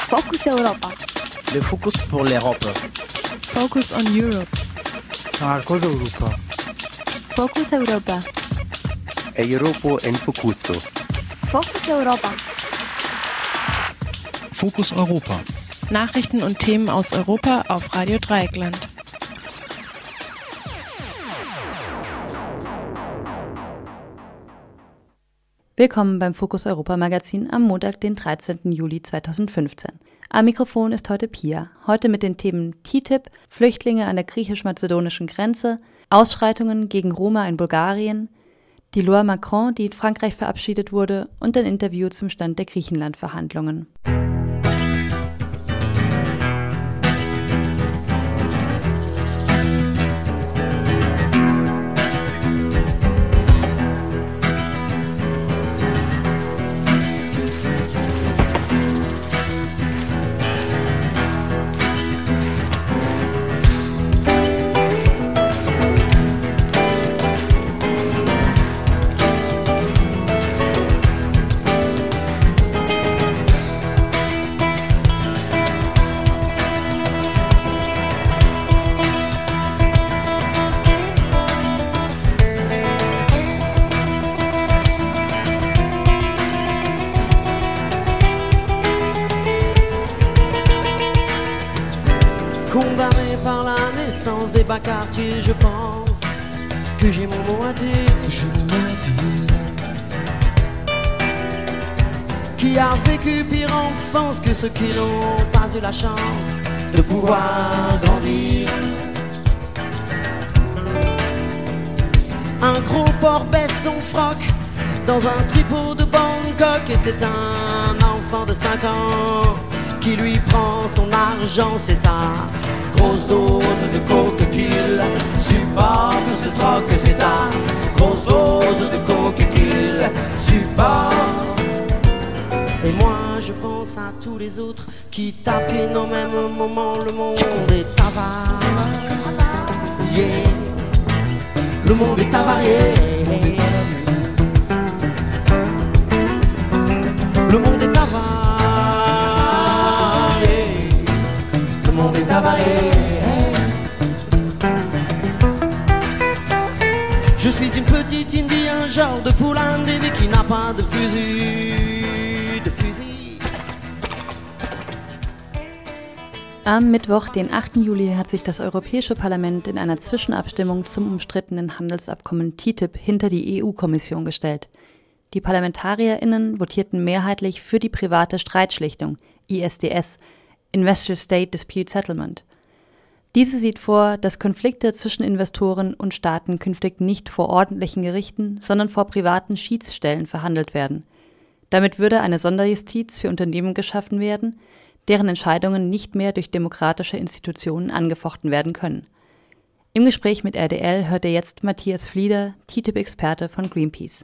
Focus Europa. Le Focus pour l'Europe. Focus on Europe. Marcos Europa. Focus Europa. Europa en Focuso. Focus Europa. Fokus Europa. Nachrichten und Themen aus Europa auf Radio Dreieckland. Willkommen beim Fokus Europa Magazin am Montag, den 13. Juli 2015. Am Mikrofon ist heute Pia. Heute mit den Themen TTIP, Flüchtlinge an der griechisch-mazedonischen Grenze, Ausschreitungen gegen Roma in Bulgarien, die Loi Macron, die in Frankreich verabschiedet wurde, und ein Interview zum Stand der Griechenland-Verhandlungen. Condamné par la naissance des bas quartiers, je pense que j'ai mon mot à dire. Qui a vécu pire enfance que ceux qui n'ont pas eu la chance de pouvoir grandir. Un gros porc baisse son froc dans un tripot de Bangkok et c'est un enfant de 5 ans qui lui prend son argent. C'est ta grosse dose de coke qu'il supporte ce troc. C'est ta grosse dose de coke qu'il supporte. Et moi je pense à tous les autres qui tapinent au même moment. Le monde est avare, yeah. Le monde est avarié. Le monde est avarié. Le monde est avarié. Je suis une petite Indie, un genre de poule indévé qui n'a pas de fusil. Am Mittwoch, den 8. Juli, hat sich das Europäische Parlament in einer Zwischenabstimmung zum umstrittenen Handelsabkommen TTIP hinter die EU-Kommission gestellt. Die ParlamentarierInnen votierten mehrheitlich für die private Streitschlichtung, ISDS, Investor State Dispute Settlement. Diese sieht vor, dass Konflikte zwischen Investoren und Staaten künftig nicht vor ordentlichen Gerichten, sondern vor privaten Schiedsstellen verhandelt werden. Damit würde eine Sonderjustiz für Unternehmen geschaffen werden, deren Entscheidungen nicht mehr durch demokratische Institutionen angefochten werden können. Im Gespräch mit RDL hört ihr jetzt Matthias Flieder, TTIP-Experte von Greenpeace.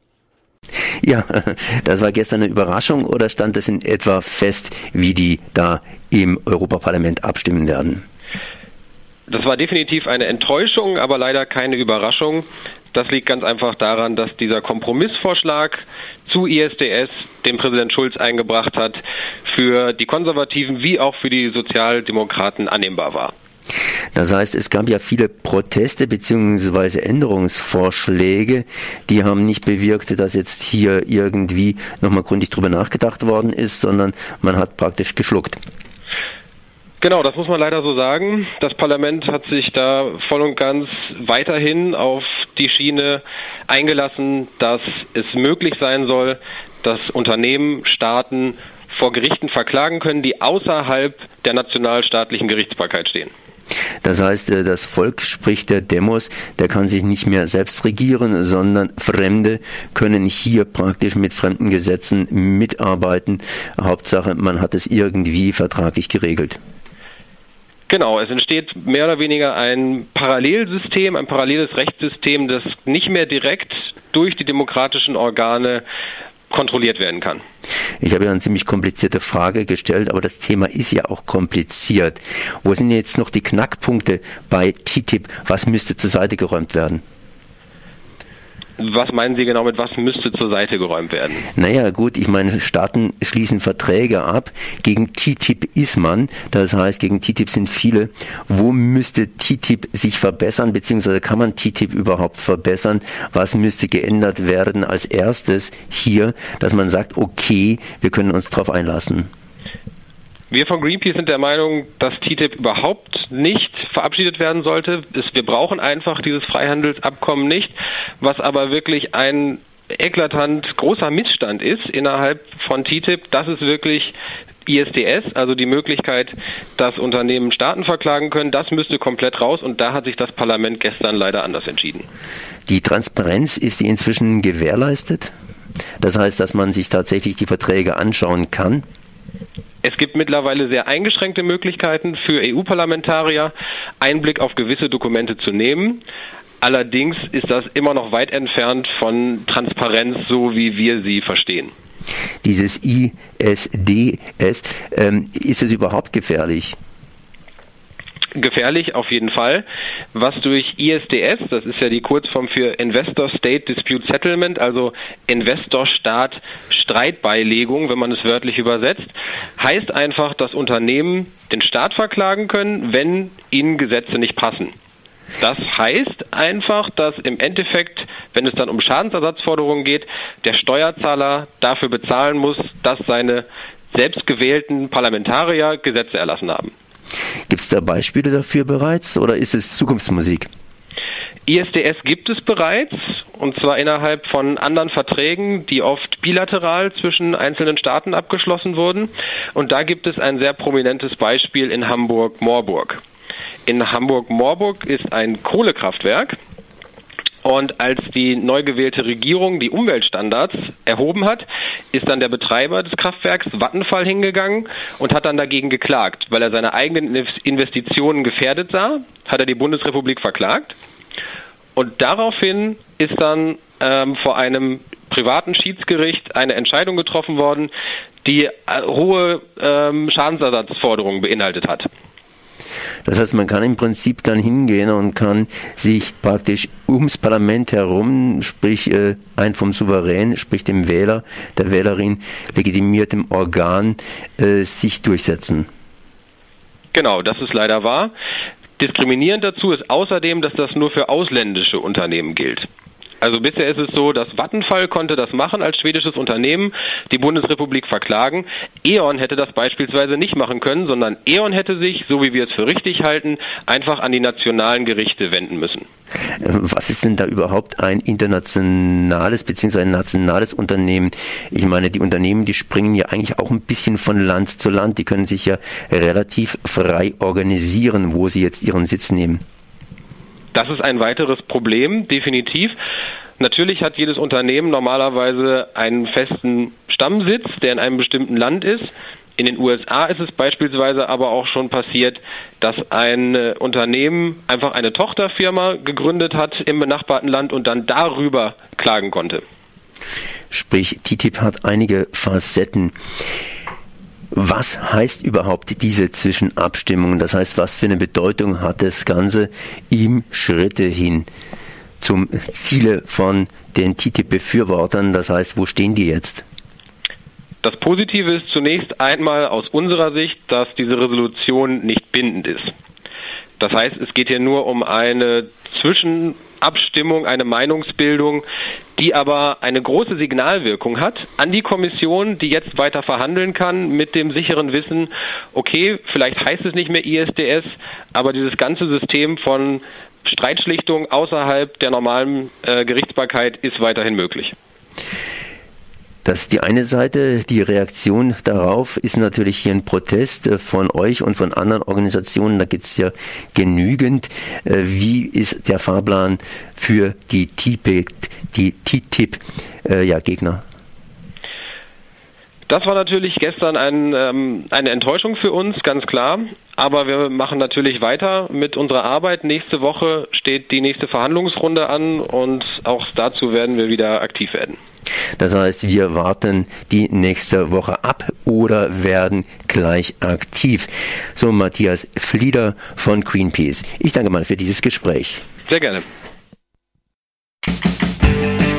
Ja, das war gestern eine Überraschung oder stand es in etwa fest, wie die da im Europaparlament abstimmen werden? Das war definitiv eine Enttäuschung, aber leider keine Überraschung. Das liegt ganz einfach daran, dass dieser Kompromissvorschlag zu ISDS, den Präsident Schulz eingebracht hat, für die Konservativen wie auch für die Sozialdemokraten annehmbar war. Das heißt, es gab ja viele Proteste bzw. Änderungsvorschläge, die haben nicht bewirkt, dass jetzt hier irgendwie nochmal gründlich drüber nachgedacht worden ist, sondern man hat praktisch geschluckt. Genau, das muss man leider so sagen. Das Parlament hat sich da voll und ganz weiterhin auf die Schiene eingelassen, dass es möglich sein soll, dass Unternehmen, Staaten vor Gerichten verklagen können, die außerhalb der nationalstaatlichen Gerichtsbarkeit stehen. Das heißt, das Volk, sprich der Demos, der kann sich nicht mehr selbst regieren, sondern Fremde können hier praktisch mit fremden Gesetzen mitarbeiten. Hauptsache, man hat es irgendwie vertraglich geregelt. Genau, es entsteht mehr oder weniger ein Parallelsystem, ein paralleles Rechtssystem, das nicht mehr direkt durch die demokratischen Organe kontrolliert werden kann. Ich habe ja eine ziemlich komplizierte Frage gestellt, aber das Thema ist ja auch kompliziert. Wo sind jetzt noch die Knackpunkte bei TTIP? Was müsste zur Seite geräumt werden? Was meinen Sie genau mit was müsste zur Seite geräumt werden? Naja, gut, ich meine, Staaten schließen Verträge ab. Gegen TTIP ist man, das heißt, gegen TTIP sind viele. Wo müsste TTIP sich verbessern, beziehungsweise kann man TTIP überhaupt verbessern? Was müsste geändert werden als erstes hier, dass man sagt, okay, wir können uns darauf einlassen? Wir von Greenpeace sind der Meinung, dass TTIP überhaupt nicht verabschiedet werden sollte. Wir brauchen einfach dieses Freihandelsabkommen nicht, was aber wirklich ein eklatant großer Missstand ist innerhalb von TTIP. Das ist wirklich ISDS, also die Möglichkeit, dass Unternehmen Staaten verklagen können. Das müsste komplett raus und da hat sich das Parlament gestern leider anders entschieden. Die Transparenz, ist die inzwischen gewährleistet? Das heißt, dass man sich tatsächlich die Verträge anschauen kann? Es gibt mittlerweile sehr eingeschränkte Möglichkeiten für EU-Parlamentarier, Einblick auf gewisse Dokumente zu nehmen. Allerdings ist das immer noch weit entfernt von Transparenz, so wie wir sie verstehen. Dieses ISDS, ist es überhaupt gefährlich? Gefährlich auf jeden Fall. Was durch ISDS, das ist ja die Kurzform für Investor State Dispute Settlement, also Investor-Staat-Streitbeilegung, wenn man es wörtlich übersetzt, heißt einfach, dass Unternehmen den Staat verklagen können, wenn ihnen Gesetze nicht passen. Das heißt einfach, dass im Endeffekt, wenn es dann um Schadensersatzforderungen geht, der Steuerzahler dafür bezahlen muss, dass seine selbstgewählten Parlamentarier Gesetze erlassen haben. Gibt es da Beispiele dafür bereits oder ist es Zukunftsmusik? ISDS gibt es bereits, und zwar innerhalb von anderen Verträgen, die oft bilateral zwischen einzelnen Staaten abgeschlossen wurden. Und da gibt es ein sehr prominentes Beispiel in Hamburg-Moorburg. In Hamburg-Moorburg ist ein Kohlekraftwerk. Und als die neu gewählte Regierung die Umweltstandards erhoben hat, ist dann der Betreiber des Kraftwerks Vattenfall hingegangen und hat dann dagegen geklagt. Weil er seine eigenen Investitionen gefährdet sah, hat er die Bundesrepublik verklagt. Und daraufhin ist dann vor einem privaten Schiedsgericht eine Entscheidung getroffen worden, die hohe Schadensersatzforderungen beinhaltet hat. Das heißt, man kann im Prinzip dann hingehen und kann sich praktisch ums Parlament herum, sprich ein vom Souverän, sprich dem Wähler, der Wählerin, legitimiertem Organ, sich durchsetzen. Genau, das ist leider wahr. Diskriminierend dazu ist außerdem, dass das nur für ausländische Unternehmen gilt. Also bisher ist es so, dass Vattenfall konnte das machen als schwedisches Unternehmen, die Bundesrepublik verklagen. E.ON hätte das beispielsweise nicht machen können, sondern E.ON hätte sich, so wie wir es für richtig halten, einfach an die nationalen Gerichte wenden müssen. Was ist denn da überhaupt ein internationales bzw. ein nationales Unternehmen? Ich meine, die Unternehmen, die springen ja eigentlich auch ein bisschen von Land zu Land. Die können sich ja relativ frei organisieren, wo sie jetzt ihren Sitz nehmen. Das ist ein weiteres Problem, definitiv. Natürlich hat jedes Unternehmen normalerweise einen festen Stammsitz, der in einem bestimmten Land ist. In den USA ist es beispielsweise aber auch schon passiert, dass ein Unternehmen einfach eine Tochterfirma gegründet hat im benachbarten Land und dann darüber klagen konnte. Sprich, TTIP hat einige Facetten. Was heißt überhaupt diese Zwischenabstimmung? Das heißt, was für eine Bedeutung hat das Ganze im Schritte hin zum Ziele von den TTIP-Befürwortern? Das heißt, wo stehen die jetzt? Das Positive ist zunächst einmal aus unserer Sicht, dass diese Resolution nicht bindend ist. Das heißt, es geht hier nur um eine Zwischenabstimmung, eine Meinungsbildung, die aber eine große Signalwirkung hat an die Kommission, die jetzt weiter verhandeln kann mit dem sicheren Wissen, okay, vielleicht heißt es nicht mehr ISDS, aber dieses ganze System von Streitschlichtung außerhalb der normalen Gerichtsbarkeit ist weiterhin möglich. Das ist die eine Seite. Die Reaktion darauf ist natürlich hier ein Protest von euch und von anderen Organisationen. Da gibt es ja genügend. Wie ist der Fahrplan für die TTIP-Gegner? Das war natürlich gestern eine Enttäuschung für uns, ganz klar. Aber wir machen natürlich weiter mit unserer Arbeit. Nächste Woche steht die nächste Verhandlungsrunde an und auch dazu werden wir wieder aktiv werden. Das heißt, wir warten die nächste Woche ab oder werden gleich aktiv. So, Matthias Flieder von Greenpeace. Ich danke mal für dieses Gespräch. Sehr gerne.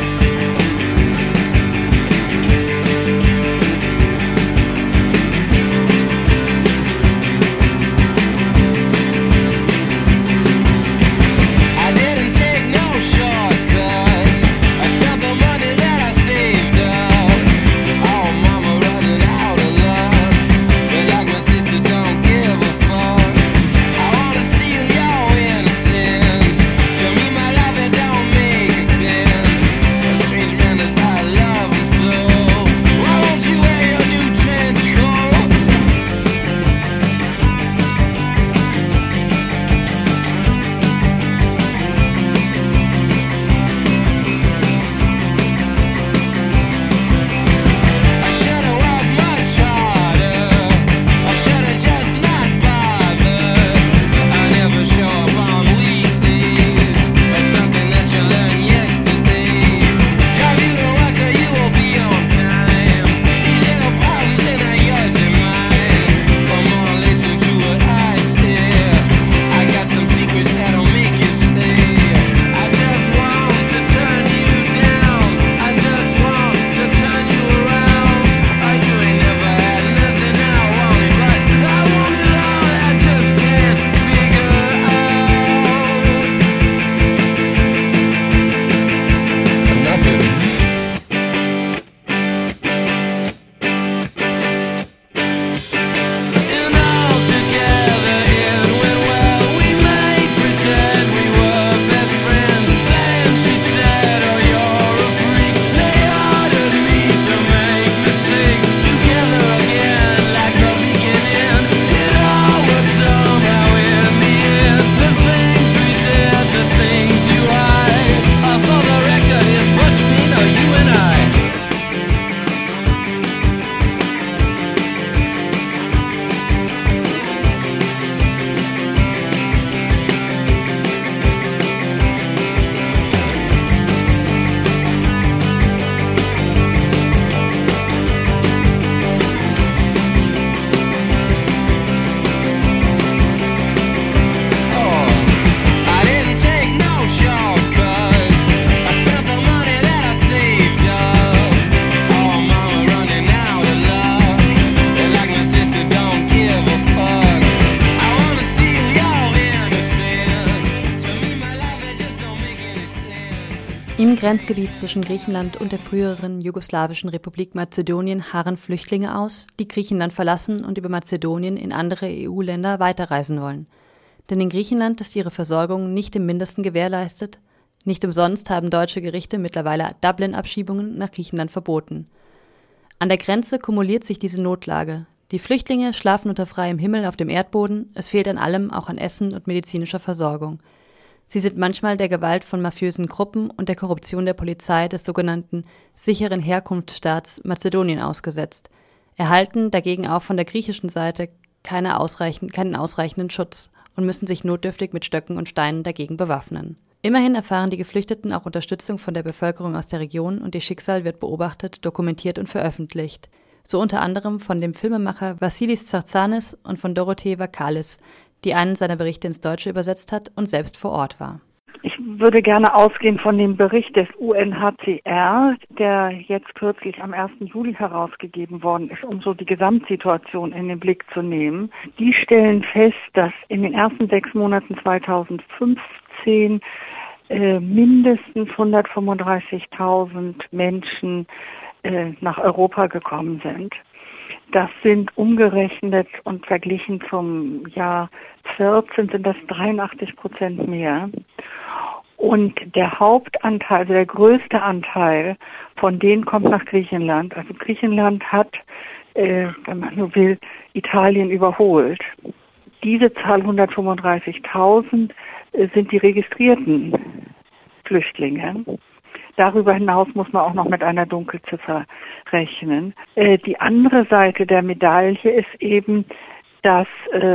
Grenzgebiet zwischen Griechenland und der früheren jugoslawischen Republik Mazedonien harren Flüchtlinge aus, die Griechenland verlassen und über Mazedonien in andere EU-Länder weiterreisen wollen. Denn in Griechenland ist ihre Versorgung nicht im Mindesten gewährleistet. Nicht umsonst haben deutsche Gerichte mittlerweile Dublin-Abschiebungen nach Griechenland verboten. An der Grenze kumuliert sich diese Notlage. Die Flüchtlinge schlafen unter freiem Himmel auf dem Erdboden, es fehlt an allem, auch an Essen und medizinischer Versorgung. Sie sind manchmal der Gewalt von mafiösen Gruppen und der Korruption der Polizei des sogenannten sicheren Herkunftsstaats Mazedonien ausgesetzt, erhalten dagegen auch von der griechischen Seite keinen ausreichenden Schutz und müssen sich notdürftig mit Stöcken und Steinen dagegen bewaffnen. Immerhin erfahren die Geflüchteten auch Unterstützung von der Bevölkerung aus der Region und ihr Schicksal wird beobachtet, dokumentiert und veröffentlicht. So unter anderem von dem Filmemacher Vassilis Tsartsanis und von Dorothee Vakalis, die einen seiner Berichte ins Deutsche übersetzt hat und selbst vor Ort war. Ich würde gerne ausgehen von dem Bericht des UNHCR, der jetzt kürzlich am 1. Juli herausgegeben worden ist, um so die Gesamtsituation in den Blick zu nehmen. Die stellen fest, dass in den ersten 6 Monaten 2015 mindestens 135.000 Menschen nach Europa gekommen sind. Das sind umgerechnet und verglichen zum Jahr 14 sind das 83% mehr. Und der Hauptanteil, also der größte Anteil von denen kommt nach Griechenland. Also Griechenland hat, wenn man so will, Italien überholt. Diese Zahl 135.000 sind die registrierten Flüchtlinge. Darüber hinaus muss man auch noch mit einer Dunkelziffer rechnen. Die andere Seite der Medaille ist eben, dass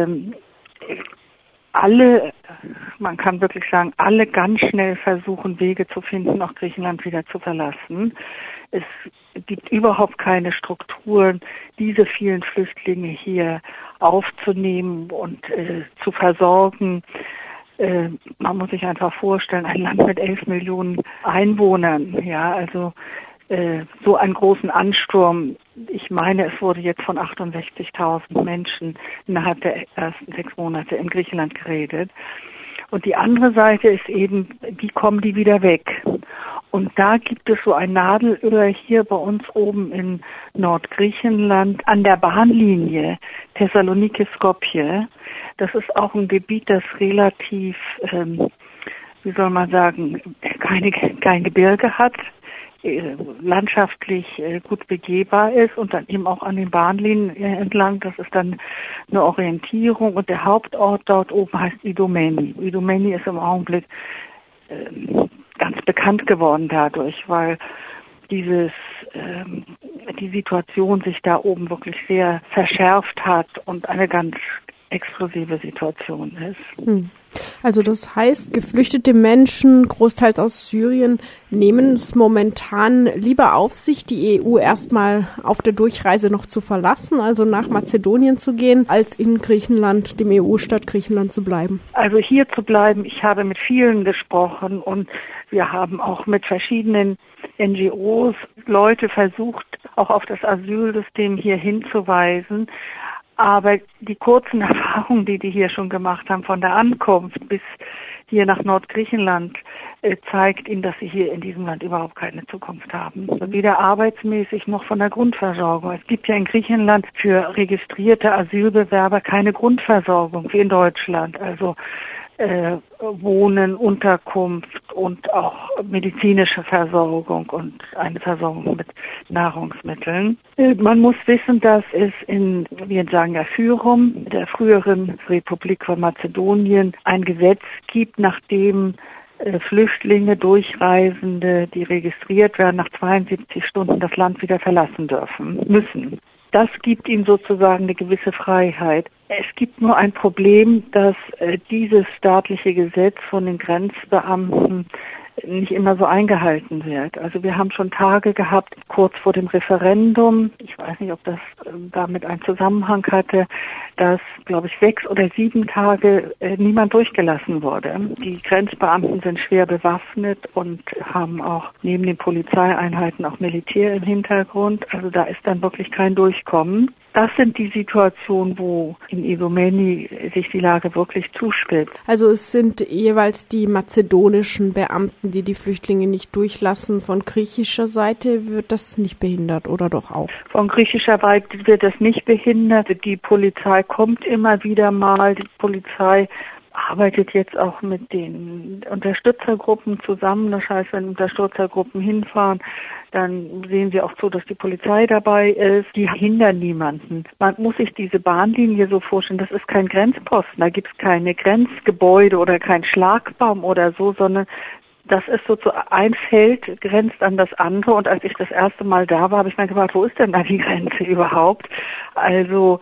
alle, man kann wirklich sagen, alle ganz schnell versuchen, Wege zu finden, auch Griechenland wieder zu verlassen. Es gibt überhaupt keine Strukturen, diese vielen Flüchtlinge hier aufzunehmen und zu versorgen. Man muss sich einfach vorstellen, ein Land mit 11 Millionen Einwohnern, ja, also so einen großen Ansturm. Ich meine, es wurde jetzt von 68.000 Menschen innerhalb der ersten 6 Monate in Griechenland geredet. Und die andere Seite ist eben, wie kommen die wieder weg? Und da gibt es so ein Nadelöhr hier bei uns oben in Nordgriechenland an der Bahnlinie Thessaloniki-Skopje. Das ist auch ein Gebiet, das relativ, wie soll man sagen, kein Gebirge hat, landschaftlich gut begehbar ist und dann eben auch an den Bahnlinien entlang. Das ist dann eine Orientierung und der Hauptort dort oben heißt Idomeni. Idomeni ist im Augenblick ganz bekannt geworden dadurch, weil die Situation sich da oben wirklich sehr verschärft hat und eine ganz explosive Situation ist. Also das heißt, geflüchtete Menschen, großteils aus Syrien, nehmen es momentan lieber auf sich, die EU erstmal auf der Durchreise noch zu verlassen, also nach Mazedonien zu gehen, als in Griechenland, dem EU-Staat Griechenland zu bleiben. Also hier zu bleiben, ich habe mit vielen gesprochen und wir haben auch mit verschiedenen NGOs Leute versucht, auch auf das Asylsystem hier hinzuweisen. Aber die kurzen Erfahrungen, die hier schon gemacht haben, von der Ankunft bis hier nach Nordgriechenland, zeigt ihnen, dass sie hier in diesem Land überhaupt keine Zukunft haben. Weder arbeitsmäßig noch von der Grundversorgung. Es gibt ja in Griechenland für registrierte Asylbewerber keine Grundversorgung wie in Deutschland. Also Wohnen, Unterkunft und auch medizinische Versorgung und eine Versorgung mit Nahrungsmitteln. Man muss wissen, dass es wir sagen ja Fyrom, der früheren Republik von Mazedonien, ein Gesetz gibt, nachdem Flüchtlinge, Durchreisende, die registriert werden, nach 72 Stunden das Land wieder verlassen müssen. Das gibt ihnen sozusagen eine gewisse Freiheit. Es gibt nur ein Problem, dass dieses staatliche Gesetz von den Grenzbeamten nicht immer so eingehalten wird. Also wir haben schon Tage gehabt, kurz vor dem Referendum, ich weiß nicht, ob das damit einen Zusammenhang hatte, dass, glaube ich, 6 oder 7 Tage niemand durchgelassen wurde. Die Grenzbeamten sind schwer bewaffnet und haben auch neben den Polizeieinheiten auch Militär im Hintergrund. Also da ist dann wirklich kein Durchkommen. Das sind die Situationen, wo in Idomeni sich die Lage wirklich zuspitzt. Also es sind jeweils die mazedonischen Beamten, die die Flüchtlinge nicht durchlassen. Von griechischer Seite wird das nicht behindert, oder doch auch? Von griechischer Seite wird das nicht behindert. Die Polizei kommt immer wieder mal. Die Polizei arbeitet jetzt auch mit den Unterstützergruppen zusammen. Das heißt, wenn Unterstützergruppen hinfahren, dann sehen sie auch zu, dass die Polizei dabei ist. Die hindern niemanden. Man muss sich diese Bahnlinie so vorstellen, das ist kein Grenzposten. Da gibt es keine Grenzgebäude oder kein Schlagbaum oder so, sondern das ist so ein Feld grenzt an das andere. Und als ich das erste Mal da war, habe ich mir gefragt, wo ist denn da die Grenze überhaupt? Also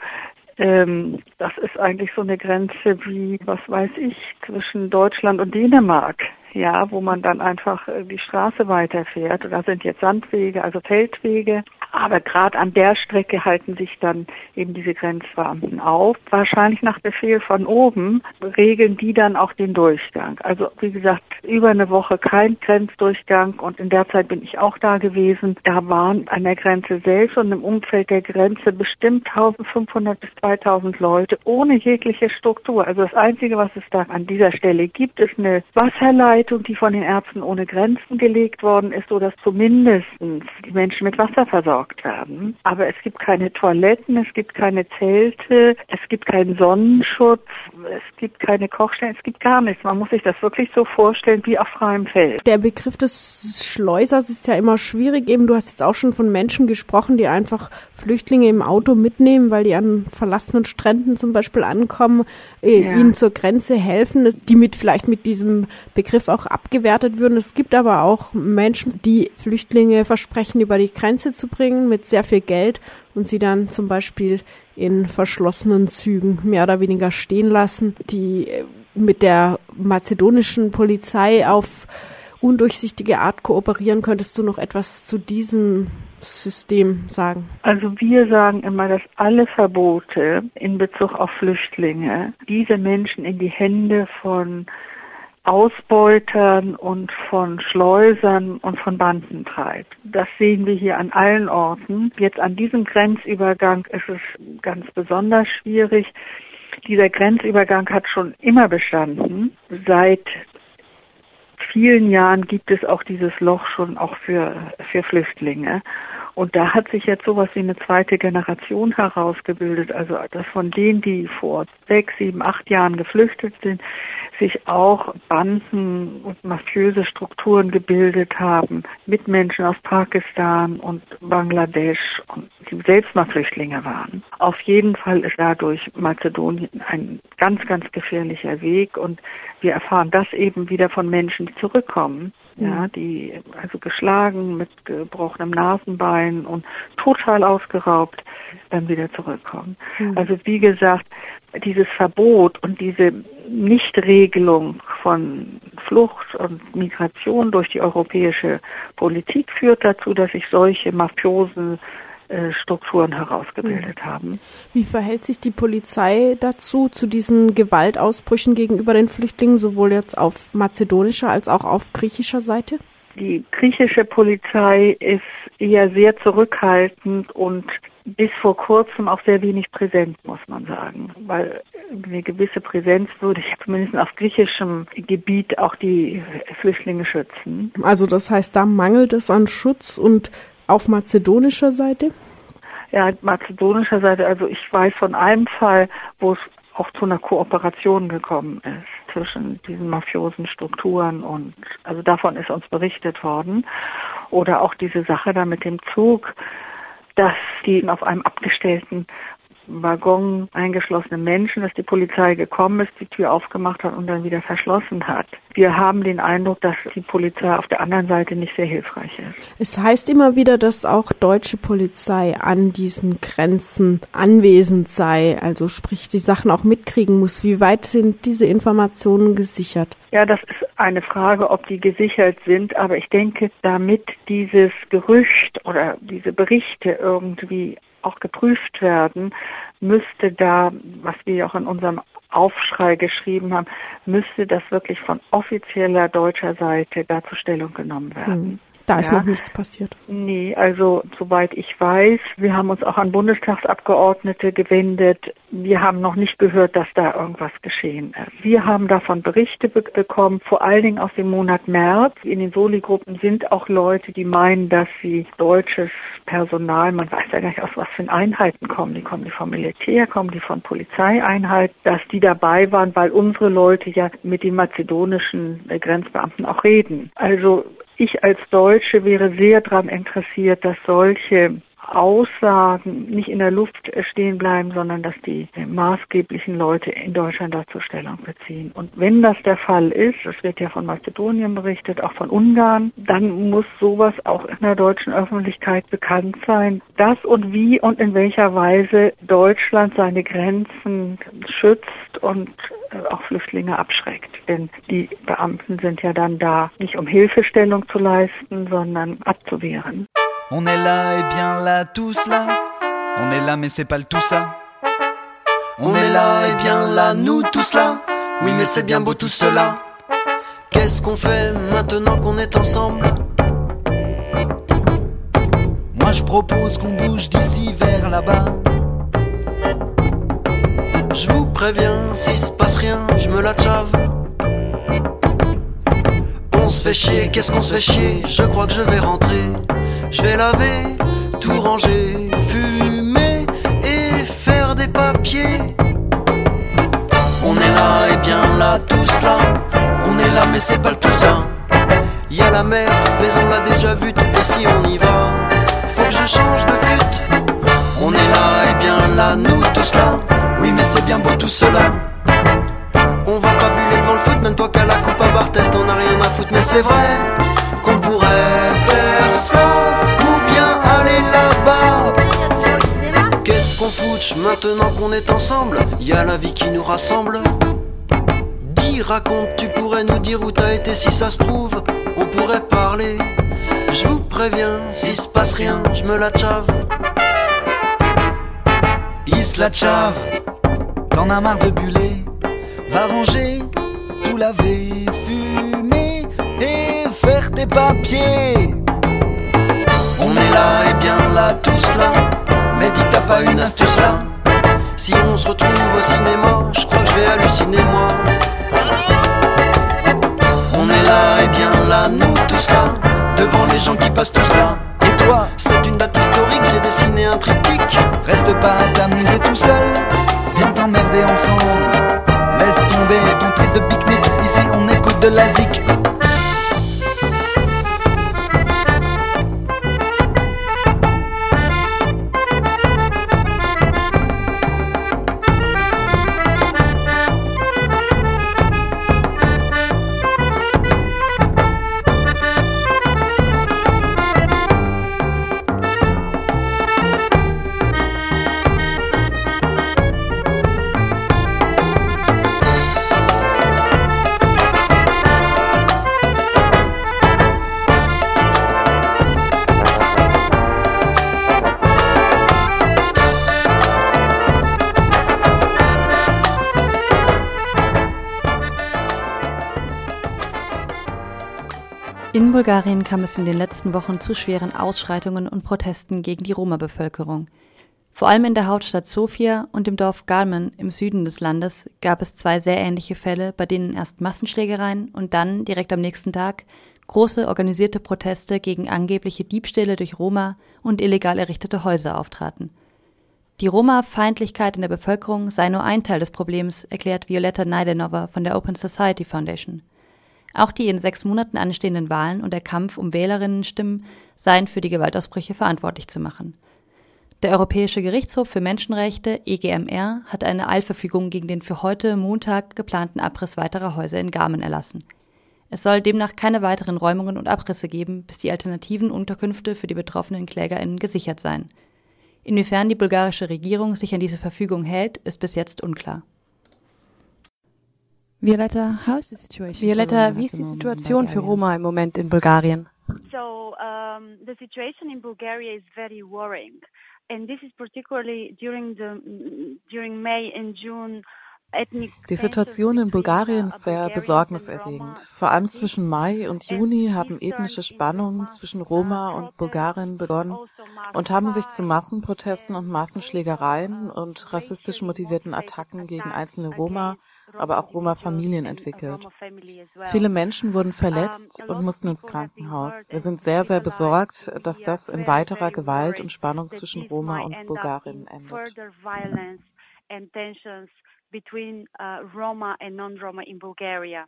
das ist eigentlich so eine Grenze wie, was weiß ich, zwischen Deutschland und Dänemark, ja, wo man dann einfach die Straße weiterfährt. Da sind jetzt Sandwege, also Feldwege. Aber gerade an der Strecke halten sich dann eben diese Grenzbeamten auf. Wahrscheinlich nach Befehl von oben regeln die dann auch den Durchgang. Also wie gesagt, über eine Woche kein Grenzdurchgang und in der Zeit bin ich auch da gewesen. Da waren an der Grenze selbst und im Umfeld der Grenze bestimmt 1500 bis 2000 Leute ohne jegliche Struktur. Also das Einzige, was es da an dieser Stelle gibt, ist eine Wasserleitung, die von den Ärzten ohne Grenzen gelegt worden ist, sodass zumindest die Menschen mit Wasser versorgt werden. Aber es gibt keine Toiletten, es gibt keine Zelte, es gibt keinen Sonnenschutz, es gibt keine Kochstellen, es gibt gar nichts. Man muss sich das wirklich so vorstellen wie auf freiem Feld. Der Begriff des Schleusers ist ja immer schwierig. Eben, du hast jetzt auch schon von Menschen gesprochen, die einfach Flüchtlinge im Auto mitnehmen, weil die an verlassenen Stränden zum Beispiel ankommen, ihnen zur Grenze helfen, die vielleicht mit diesem Begriff auch abgewertet würden. Es gibt aber auch Menschen, die Flüchtlinge versprechen, über die Grenze zu bringen mit sehr viel Geld und sie dann zum Beispiel in verschlossenen Zügen mehr oder weniger stehen lassen, die mit der mazedonischen Polizei auf undurchsichtige Art kooperieren. Könntest du noch etwas zu diesem System sagen? Also wir sagen immer, dass alle Verbote in Bezug auf Flüchtlinge diese Menschen in die Hände von Ausbeutern und von Schleusern und von Banden treibt. Das sehen wir hier an allen Orten. Jetzt an diesem Grenzübergang ist es ganz besonders schwierig. Dieser Grenzübergang hat schon immer bestanden. Seit vielen Jahren gibt es auch dieses Loch schon auch für Flüchtlinge. Und da hat sich jetzt sowas wie eine zweite Generation herausgebildet. Also dass von denen, die vor 6, 7, 8 Jahren geflüchtet sind, sich auch Banden und mafiöse Strukturen gebildet haben mit Menschen aus Pakistan und Bangladesch und die selbst mal Flüchtlinge waren. Auf jeden Fall ist dadurch Mazedonien ein ganz, ganz gefährlicher Weg und wir erfahren das eben wieder von Menschen, die zurückkommen. Ja, die also geschlagen mit gebrochenem Nasenbein und total ausgeraubt dann wieder zurückkommen. Also wie gesagt, dieses Verbot und diese Nichtregelung von Flucht und Migration durch die europäische Politik führt dazu, dass sich solche mafiosen Strukturen herausgebildet haben. Wie verhält sich die Polizei dazu, zu diesen Gewaltausbrüchen gegenüber den Flüchtlingen, sowohl jetzt auf mazedonischer als auch auf griechischer Seite? Die griechische Polizei ist eher sehr zurückhaltend und bis vor kurzem auch sehr wenig präsent, muss man sagen. Weil eine gewisse Präsenz würde ich zumindest auf griechischem Gebiet auch die Flüchtlinge schützen. Also das heißt, da mangelt es an Schutz und auf mazedonischer Seite? Ja, mazedonischer Seite, also ich weiß von einem Fall, wo es auch zu einer Kooperation gekommen ist zwischen diesen mafiosen Strukturen und also davon ist uns berichtet worden. Oder auch diese Sache da mit dem Zug, dass die auf einem abgestellten Waggon eingeschlossene Menschen, dass die Polizei gekommen ist, die Tür aufgemacht hat und dann wieder verschlossen hat. Wir haben den Eindruck, dass die Polizei auf der anderen Seite nicht sehr hilfreich ist. Es heißt immer wieder, dass auch deutsche Polizei an diesen Grenzen anwesend sei, also sprich die Sachen auch mitkriegen muss. Wie weit sind diese Informationen gesichert? Ja, das ist eine Frage, ob die gesichert sind, aber ich denke, damit dieses Gerücht oder diese Berichte irgendwie auch geprüft werden, müsste da, was wir auch in unserem Aufschrei geschrieben haben, müsste das wirklich von offizieller deutscher Seite dazu Stellung genommen werden. Da ist noch nichts passiert. Nee, also soweit ich weiß, wir haben uns auch an Bundestagsabgeordnete gewendet. Wir haben noch nicht gehört, dass da irgendwas geschehen ist. Wir haben davon Berichte bekommen, vor allen Dingen aus dem Monat März. In den Soli-Gruppen sind auch Leute, die meinen, dass sie deutsches Personal, man weiß ja gar nicht, aus was für Einheiten kommen. Die kommen vom Militär, kommen die von Polizeieinheiten, dass die dabei waren, weil unsere Leute ja mit den mazedonischen Grenzbeamten auch reden. Also ich als Deutsche wäre sehr daran interessiert, dass solche Aussagen nicht in der Luft stehen bleiben, sondern dass die maßgeblichen Leute in Deutschland dazu Stellung beziehen. Und wenn das der Fall ist, es wird ja von Mazedonien berichtet, auch von Ungarn, dann muss sowas auch in der deutschen Öffentlichkeit bekannt sein, dass und wie und in welcher Weise Deutschland seine Grenzen schützt und auch Flüchtlinge abschreckt. Denn die Beamten sind ja dann da, nicht um Hilfestellung zu leisten, sondern abzuwehren. On est là et bien là, tous là. On est là mais c'est pas le tout ça. On est là et bien là, nous tous là. Oui mais c'est bien beau tout cela. Qu'est-ce qu'on fait maintenant qu'on est ensemble? Moi je propose qu'on bouge d'ici vers là-bas. Je vous préviens, s'il se passe rien, je me la tchave. On se fait chier, qu'est-ce qu'on se fait chier? Je crois que je vais rentrer. Je vais laver, tout ranger, fumer et faire des papiers. On est là et bien là, tous là. On est là mais c'est pas le tout ça. Y a la mer, mais on l'a déjà vue. Et si on y va, faut que je change de fut. On est là et bien là, nous tous là. Oui mais c'est bien beau tout cela. On va pas buller devant le foot, même toi qu'à la coupe à Barthès t'en as rien à foutre. Mais c'est vrai qu'on pourrait faire ça, ou bien aller là-bas. Qu'est-ce qu'on fout maintenant qu'on est ensemble? Y a la vie qui nous rassemble. Dis, raconte, tu pourrais nous dire où t'as été si ça se trouve. On pourrait parler, je vous préviens, s'il se passe rien, je me la tchave. Il se la tchave, t'en as marre de buller. Va ranger, tout laver, fumer et faire tes papiers. On est là et bien là, tous là. Mais dis t'as pas une astuce là? Si on se retrouve au cinéma, je crois que je vais halluciner moi. On est là et bien là, nous tous là. Devant les gens qui passent tous là. Et toi, c'est une date historique, j'ai dessiné un triptyque. Reste pas à t'amuser tout seul, viens t'emmerder ensemble. Laisse tomber ton trip de pique-nique, ici on écoute de la zik. In Bulgarien kam es in den letzten Wochen zu schweren Ausschreitungen und Protesten gegen die Roma-Bevölkerung. Vor allem in der Hauptstadt Sofia und im Dorf Galman im Süden des Landes gab es 2 sehr ähnliche Fälle, bei denen erst Massenschlägereien und dann, direkt am nächsten Tag, große organisierte Proteste gegen angebliche Diebstähle durch Roma und illegal errichtete Häuser auftraten. Die Roma-Feindlichkeit in der Bevölkerung sei nur ein Teil des Problems, erklärt Violetta Najdenova von der Open Society Foundation. Auch die in 6 Monaten anstehenden Wahlen und der Kampf um Wählerinnenstimmen seien für die Gewaltausbrüche verantwortlich zu machen. Der Europäische Gerichtshof für Menschenrechte, EGMR, hat eine Eilverfügung gegen den für heute Montag geplanten Abriss weiterer Häuser in Garmen erlassen. Es soll demnach keine weiteren Räumungen und Abrisse geben, bis die alternativen Unterkünfte für die betroffenen KlägerInnen gesichert seien. Inwiefern die bulgarische Regierung sich an diese Verfügung hält, ist bis jetzt unklar. Violetta, wie ist die Situation für Roma im Moment in Bulgarien? So, the situation in Bulgaria is very worrying, and this is particularly during May and June. Die Situation in Bulgarien ist sehr besorgniserregend. Vor allem zwischen Mai und Juni haben ethnische Spannungen zwischen Roma und Bulgarien begonnen und haben sich zu Massenprotesten und Massenschlägereien und rassistisch motivierten Attacken gegen einzelne Roma, aber auch Roma-Familien entwickelt. Viele Menschen wurden verletzt und mussten ins Krankenhaus. Wir sind sehr, sehr besorgt, dass das in weiterer Gewalt und Spannung zwischen Roma und Bulgarien endet. Between Roma and non-Roma in Bulgaria.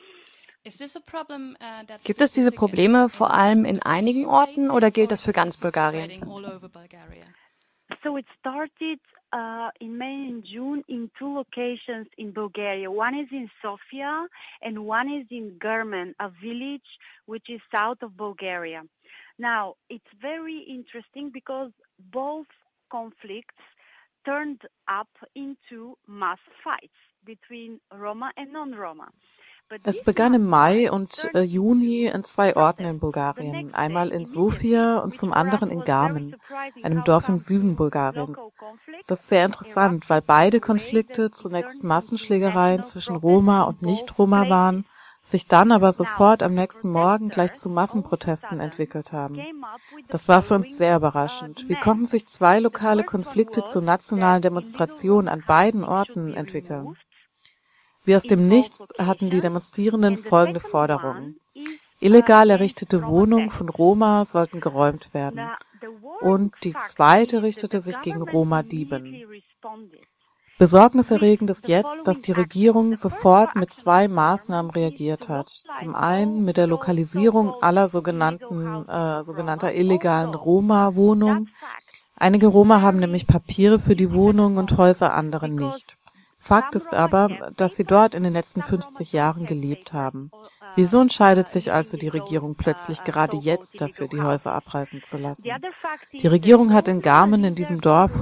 Gibt es diese Probleme vor allem in einigen Orten oder gilt das für ganz Bulgarien? So it started in May and June in two locations in Bulgaria. One is in Sofia and one is in Germen, a village which is south of Bulgaria. Now, it's very interesting because both conflicts turned up into mass fights between Roma and non-Roma. Es begann im Mai und Juni in zwei Orten in Bulgarien, einmal in Sofia und zum anderen in Garmen, einem Dorf im Süden Bulgariens. Das ist sehr interessant, weil beide Konflikte zunächst Massenschlägereien zwischen Roma und Nicht-Roma waren, sich dann aber sofort am nächsten Morgen gleich zu Massenprotesten entwickelt haben. Das war für uns sehr überraschend. Wie konnten sich zwei lokale Konflikte zu nationalen Demonstrationen an beiden Orten entwickeln? Wie aus dem Nichts hatten die Demonstrierenden folgende Forderungen. Illegal errichtete Wohnungen von Roma sollten geräumt werden. Und die zweite richtete sich gegen Roma-Dieben. Besorgniserregend ist jetzt, dass die Regierung sofort mit zwei Maßnahmen reagiert hat. Zum einen mit der Lokalisierung aller sogenannter illegalen Roma-Wohnungen. Einige Roma haben nämlich Papiere für die Wohnungen und Häuser, andere nicht. Fakt ist aber, dass sie dort in den letzten 50 Jahren gelebt haben. Wieso entscheidet sich also die Regierung plötzlich gerade jetzt dafür, die Häuser abreißen zu lassen? Die Regierung hat in Garmen, in diesem Dorf,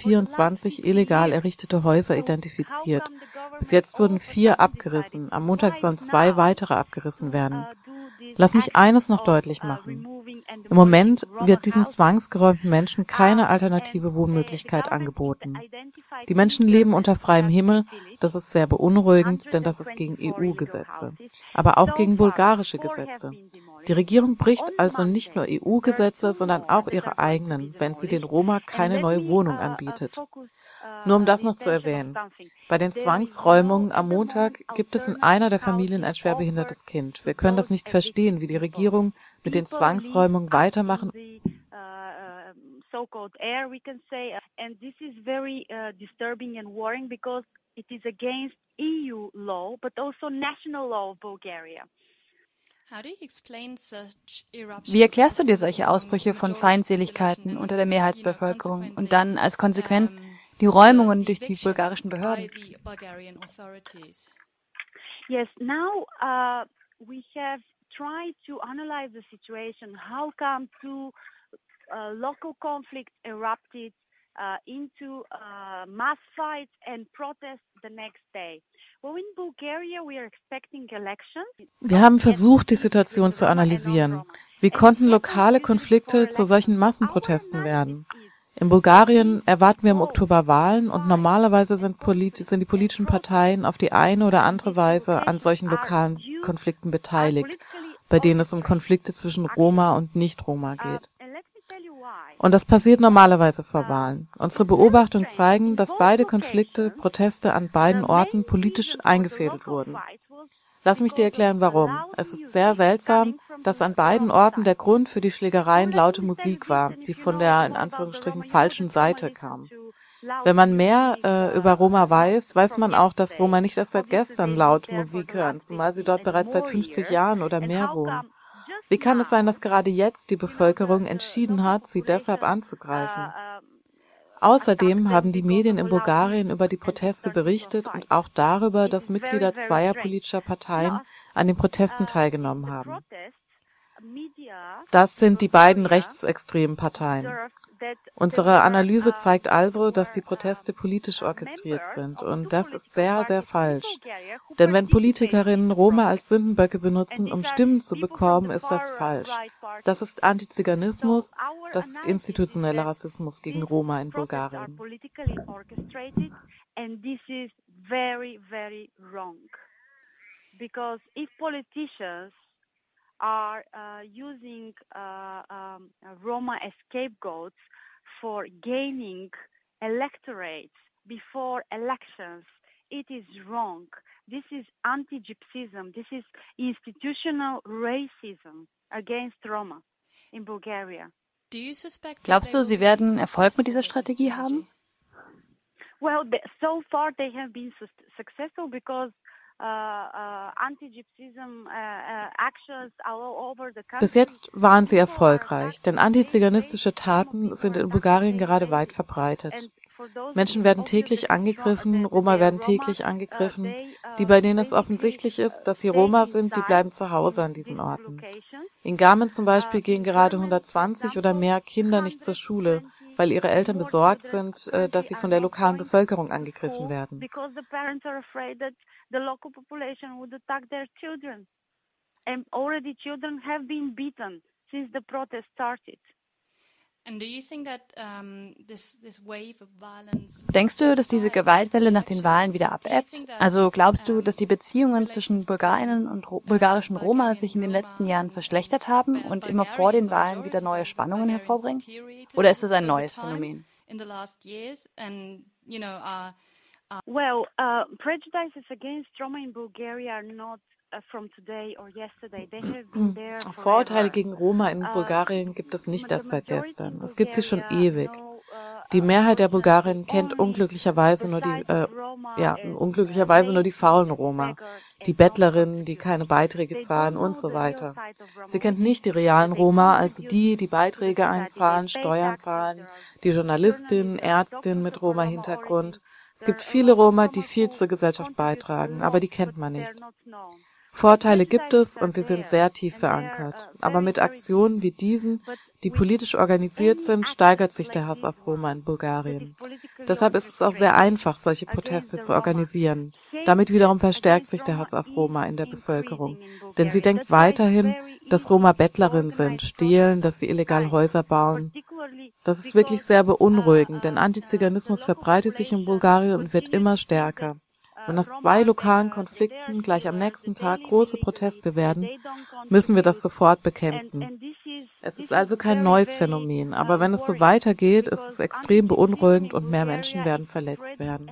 124 illegal errichtete Häuser identifiziert. Bis jetzt wurden 4 abgerissen. Am Montag sollen 2 weitere abgerissen werden. Lass mich eines noch deutlich machen. Im Moment wird diesen zwangsgeräumten Menschen keine alternative Wohnmöglichkeit angeboten. Die Menschen leben unter freiem Himmel, das ist sehr beunruhigend, denn das ist gegen EU-Gesetze, aber auch gegen bulgarische Gesetze. Die Regierung bricht also nicht nur EU-Gesetze, sondern auch ihre eigenen, wenn sie den Roma keine neue Wohnung anbietet. Nur um das noch zu erwähnen. Bei den Zwangsräumungen am Montag gibt es in einer der Familien ein schwerbehindertes Kind. Wir können das nicht verstehen, wie die Regierung mit den Zwangsräumungen weitermachen. So-called air, we can say, and this is very disturbing and worrying because it is against EU law, but also national law of Bulgaria. Wie erklärst du dir solche Ausbrüche von Feindseligkeiten unter der Mehrheitsbevölkerung und dann als Konsequenz die Räumungen durch die bulgarischen Behörden? Yes, now we have tried to analyze the situation. How come two local conflicts erupted into mass fights and protests the next day? Well, in Bulgaria we are expecting elections. Wir haben versucht, die Situation zu analysieren. Wie konnten lokale Konflikte zu solchen Massenprotesten werden? In Bulgarien erwarten wir im Oktober Wahlen und normalerweise sind die politischen Parteien auf die eine oder andere Weise an solchen lokalen Konflikten beteiligt, bei denen es um Konflikte zwischen Roma und Nicht-Roma geht. Und das passiert normalerweise vor Wahlen. Unsere Beobachtungen zeigen, dass beide Konflikte, Proteste an beiden Orten politisch eingefädelt wurden. Lass mich dir erklären, warum. Es ist sehr seltsam, dass an beiden Orten der Grund für die Schlägereien laute Musik war, die von der in Anführungsstrichen falschen Seite kam. Wenn man mehr über Roma weiß, weiß man auch, dass Roma nicht erst seit gestern laut Musik hören, zumal sie dort bereits seit 50 Jahren oder mehr wohnen. Wie kann es sein, dass gerade jetzt die Bevölkerung entschieden hat, sie deshalb anzugreifen? Außerdem haben die Medien in Bulgarien über die Proteste berichtet und auch darüber, dass Mitglieder zweier politischer Parteien an den Protesten teilgenommen haben. Das sind die beiden rechtsextremen Parteien. Unsere Analyse zeigt also, dass die Proteste politisch orchestriert sind. Und das ist sehr, sehr falsch. Denn wenn Politikerinnen Roma als Sündenböcke benutzen, um Stimmen zu bekommen, ist das falsch. Das ist Antiziganismus, das ist institutioneller Rassismus gegen Roma in Bulgarien. And this is very, very wrong. Because if politicians are using Roma as scapegoats for gaining electorates before elections, it is wrong. This is anti-Gypsyism. This is institutional racism against Roma in Bulgaria. Glaubst du, sie werden Erfolg mit dieser Strategie haben? Well, so far they have been successful because anti-Gypsyism actions all over the country. Bis jetzt waren sie erfolgreich, denn antiziganistische Taten sind in Bulgarien gerade weit verbreitet. Menschen werden täglich angegriffen, Roma werden täglich angegriffen. Die, bei denen es offensichtlich ist, dass sie Roma sind, die bleiben zu Hause an diesen Orten. In Garmen zum Beispiel gehen gerade 120 oder mehr Kinder nicht zur Schule, weil ihre Eltern besorgt sind, dass sie von der lokalen Bevölkerung angegriffen werden. Denkst du, dass diese Gewaltwelle nach den Wahlen wieder abebbt? Also glaubst du, dass die Beziehungen zwischen Bulgarinnen und bulgarischen Roma sich in den letzten Jahren verschlechtert haben und immer vor den Wahlen wieder neue Spannungen hervorbringen? Oder ist es ein neues Phänomen? Well, prejudices against Roma in Bulgaria are not from today or yesterday. They have been there forever. Vorurteile gegen Roma in Bulgarien gibt es nicht erst seit gestern. Es gibt sie schon ewig. Die Mehrheit der Bulgarinnen kennt unglücklicherweise nur die faulen Roma, die Bettlerinnen, die keine Beiträge zahlen und so weiter. Sie kennt nicht die realen Roma, also die Beiträge einzahlen, Steuern zahlen, die Journalistin, Ärztin mit Roma-Hintergrund. Es gibt viele Roma, die viel zur Gesellschaft beitragen, aber die kennt man nicht. Vorteile gibt es und sie sind sehr tief verankert. Aber mit Aktionen wie diesen, die politisch organisiert sind, steigert sich der Hass auf Roma in Bulgarien. Deshalb ist es auch sehr einfach, solche Proteste zu organisieren. Damit wiederum verstärkt sich der Hass auf Roma in der Bevölkerung. Denn sie denkt weiterhin, dass Roma Bettlerinnen sind, stehlen, dass sie illegal Häuser bauen. Das ist wirklich sehr beunruhigend, denn Antiziganismus verbreitet sich in Bulgarien und wird immer stärker. Wenn aus 2 lokalen Konflikten gleich am nächsten Tag große Proteste werden, müssen wir das sofort bekämpfen. Es ist also kein neues Phänomen, aber wenn es so weitergeht, ist es extrem beunruhigend und mehr Menschen werden verletzt werden.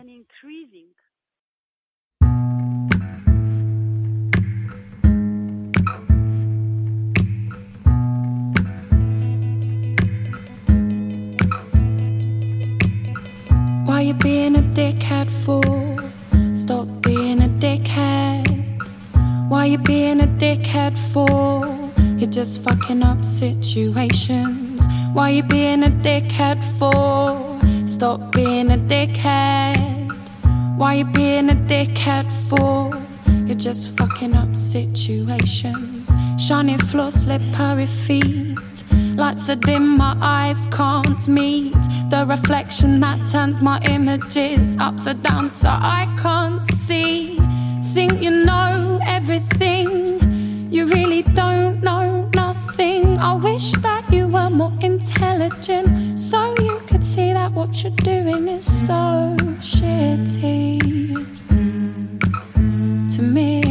Why you being a dickhead for? Stop being a dickhead. Why you being a dickhead for? You're just fucking up situations. Why you being a dickhead for? Stop being a dickhead. Why you being a dickhead for? You're just fucking up situations. Shiny floor, slippery feet. Lights are dim, my eyes can't meet the reflection that turns my images upside down so I can't see. Think you know everything, you really don't know nothing. I wish that you were more intelligent so you could see that what you're doing is so shitty to me.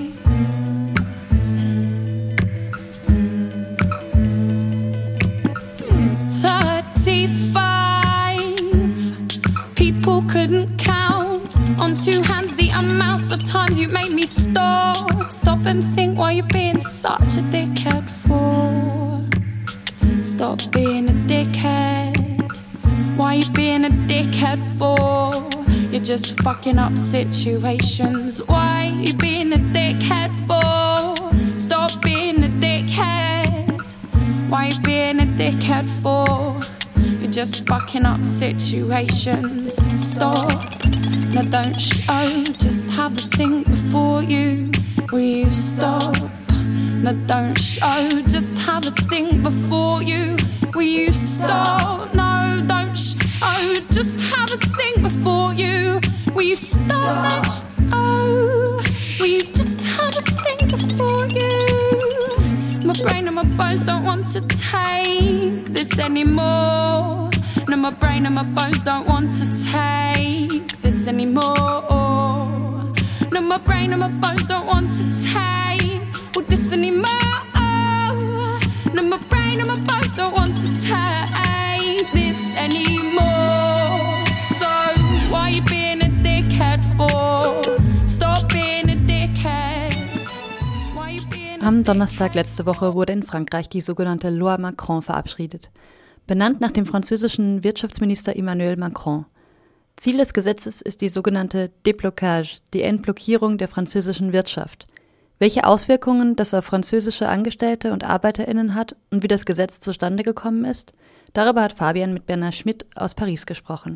People couldn't count on 2 hands the amount of times you made me stop and think why you're being such a dickhead for. Stop being a dickhead. Why you being a dickhead for? You're just fucking up situations. Why you being a dickhead for? Stop being a dickhead. Why you being a dickhead for? You're just fucking up situations. Stop, no don't show. Just have a think before you. Will you stop? No don't show. Just have a think before you. Will you stop? No don't show. Just have a think before you. Will you stop? Don't show. Will you just have a think before you? My brain and my bones don't want to take this anymore. No, my brain and my bones don't want to take this anymore. No, my brain and my bones don't want to take all this anymore. No, my brain and my bones don't want to take this anymore. So, why you being a dickhead for? Stop being a dickhead. Why you being Am Donnerstag letzte Woche wurde in Frankreich die sogenannte Loi Macron verabschiedet. Benannt nach dem französischen Wirtschaftsminister Emmanuel Macron. Ziel des Gesetzes ist die sogenannte Déblocage, die Entblockierung der französischen Wirtschaft. Welche Auswirkungen das auf französische Angestellte und ArbeiterInnen hat und wie das Gesetz zustande gekommen ist, darüber hat Fabian mit Bernard Schmidt aus Paris gesprochen.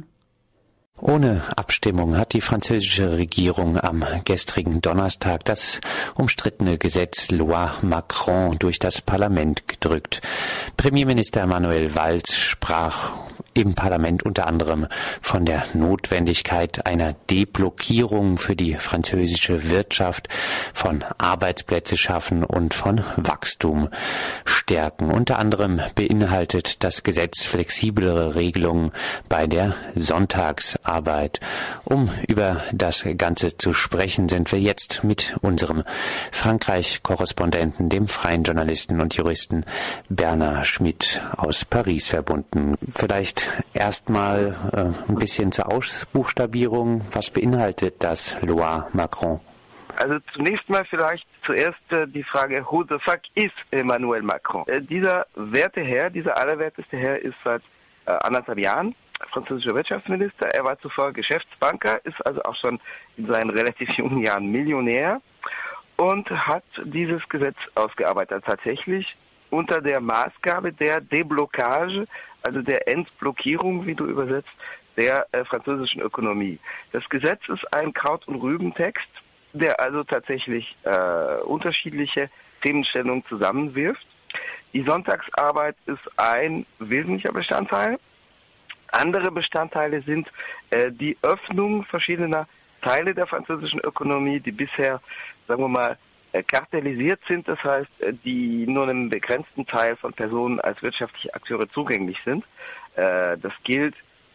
Ohne Abstimmung hat die französische Regierung am gestrigen Donnerstag das umstrittene Gesetz Loi Macron durch das Parlament gedrückt. Premierminister Manuel Valls sprach im Parlament unter anderem von der Notwendigkeit einer Deblockierung für die französische Wirtschaft, von Arbeitsplätze schaffen und von Wachstum stärken. Unter anderem beinhaltet das Gesetz flexiblere Regelungen bei der Sonntagsarbeit. Um über das Ganze zu sprechen, sind wir jetzt mit unserem Frankreich-Korrespondenten, dem freien Journalisten und Juristen Bernard Schmidt aus Paris verbunden. Vielleicht erstmal ein bisschen zur Ausbuchstabierung. Was beinhaltet das Loi Macron? Also zunächst mal vielleicht zuerst die Frage, who the fuck is Emmanuel Macron? Dieser werte Herr, dieser allerwerteste Herr ist seit 1,5 Jahren französischer Wirtschaftsminister. Er war zuvor Geschäftsbanker, ist also auch schon in seinen relativ jungen Jahren Millionär und hat dieses Gesetz ausgearbeitet. Tatsächlich unter der Maßgabe der Déblockage, also der Entblockierung, wie du übersetzt, der französischen Ökonomie. Das Gesetz ist ein Kraut- und Rübentext, der also tatsächlich unterschiedliche Themenstellungen zusammenwirft. Die Sonntagsarbeit ist ein wesentlicher Bestandteil. Andere Bestandteile sind die Öffnung verschiedener Teile der französischen Ökonomie, die bisher, sagen wir mal, kartellisiert sind, das heißt, die nur einem begrenzten Teil von Personen als wirtschaftliche Akteure zugänglich sind. Das gilt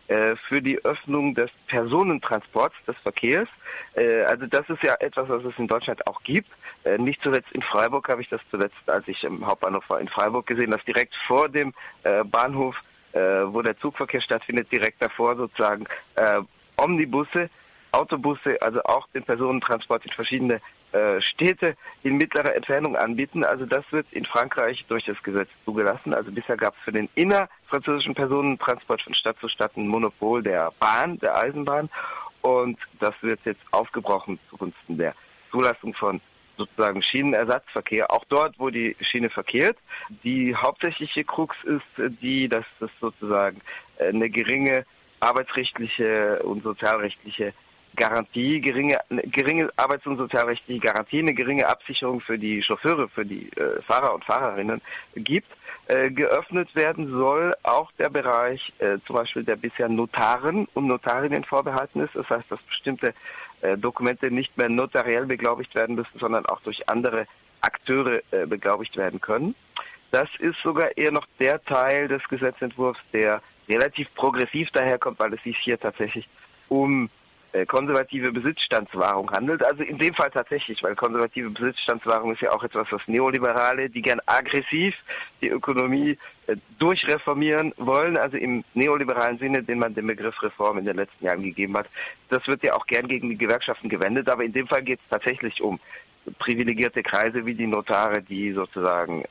für die Öffnung des Personentransports, des Verkehrs. Also das ist ja etwas, was es in Deutschland auch gibt. Nicht zuletzt in Freiburg habe ich das zuletzt, als ich im Hauptbahnhof war in Freiburg gesehen, dass direkt vor dem Bahnhof, wo der Zugverkehr stattfindet, direkt davor sozusagen Omnibusse, Autobusse, also auch den Personentransport in verschiedene Städte in mittlerer Entfernung anbieten. Also das wird in Frankreich durch das Gesetz zugelassen. Also bisher gab es für den innerfranzösischen Personentransport von Stadt zu Stadt ein Monopol der Bahn, der Eisenbahn. Und das wird jetzt aufgebrochen zugunsten der Zulassung von sozusagen Schienenersatzverkehr, auch dort, wo die Schiene verkehrt. Die hauptsächliche Krux ist die, dass das sozusagen eine geringe arbeitsrechtliche und sozialrechtliche Garantie, geringe arbeits- und sozialrechtliche Garantie, eine geringe Absicherung für die Chauffeure, für die Fahrer und Fahrerinnen gibt. Geöffnet werden soll auch der Bereich zum Beispiel, der bisher Notaren und Notarinnen vorbehalten ist. Das heißt, dass bestimmte Dokumente nicht mehr notariell beglaubigt werden müssen, sondern auch durch andere Akteure beglaubigt werden können. Das ist sogar eher noch der Teil des Gesetzentwurfs, der relativ progressiv daherkommt, weil es sich hier tatsächlich um konservative Besitzstandswahrung handelt. Also in dem Fall tatsächlich, weil konservative Besitzstandswahrung ist ja auch etwas, was Neoliberale, die gern aggressiv die Ökonomie durchreformieren wollen, also im neoliberalen Sinne, den man dem Begriff Reform in den letzten Jahren gegeben hat. Das wird ja auch gern gegen die Gewerkschaften gewendet, aber in dem Fall geht es tatsächlich um privilegierte Kreise wie die Notare, die sozusagen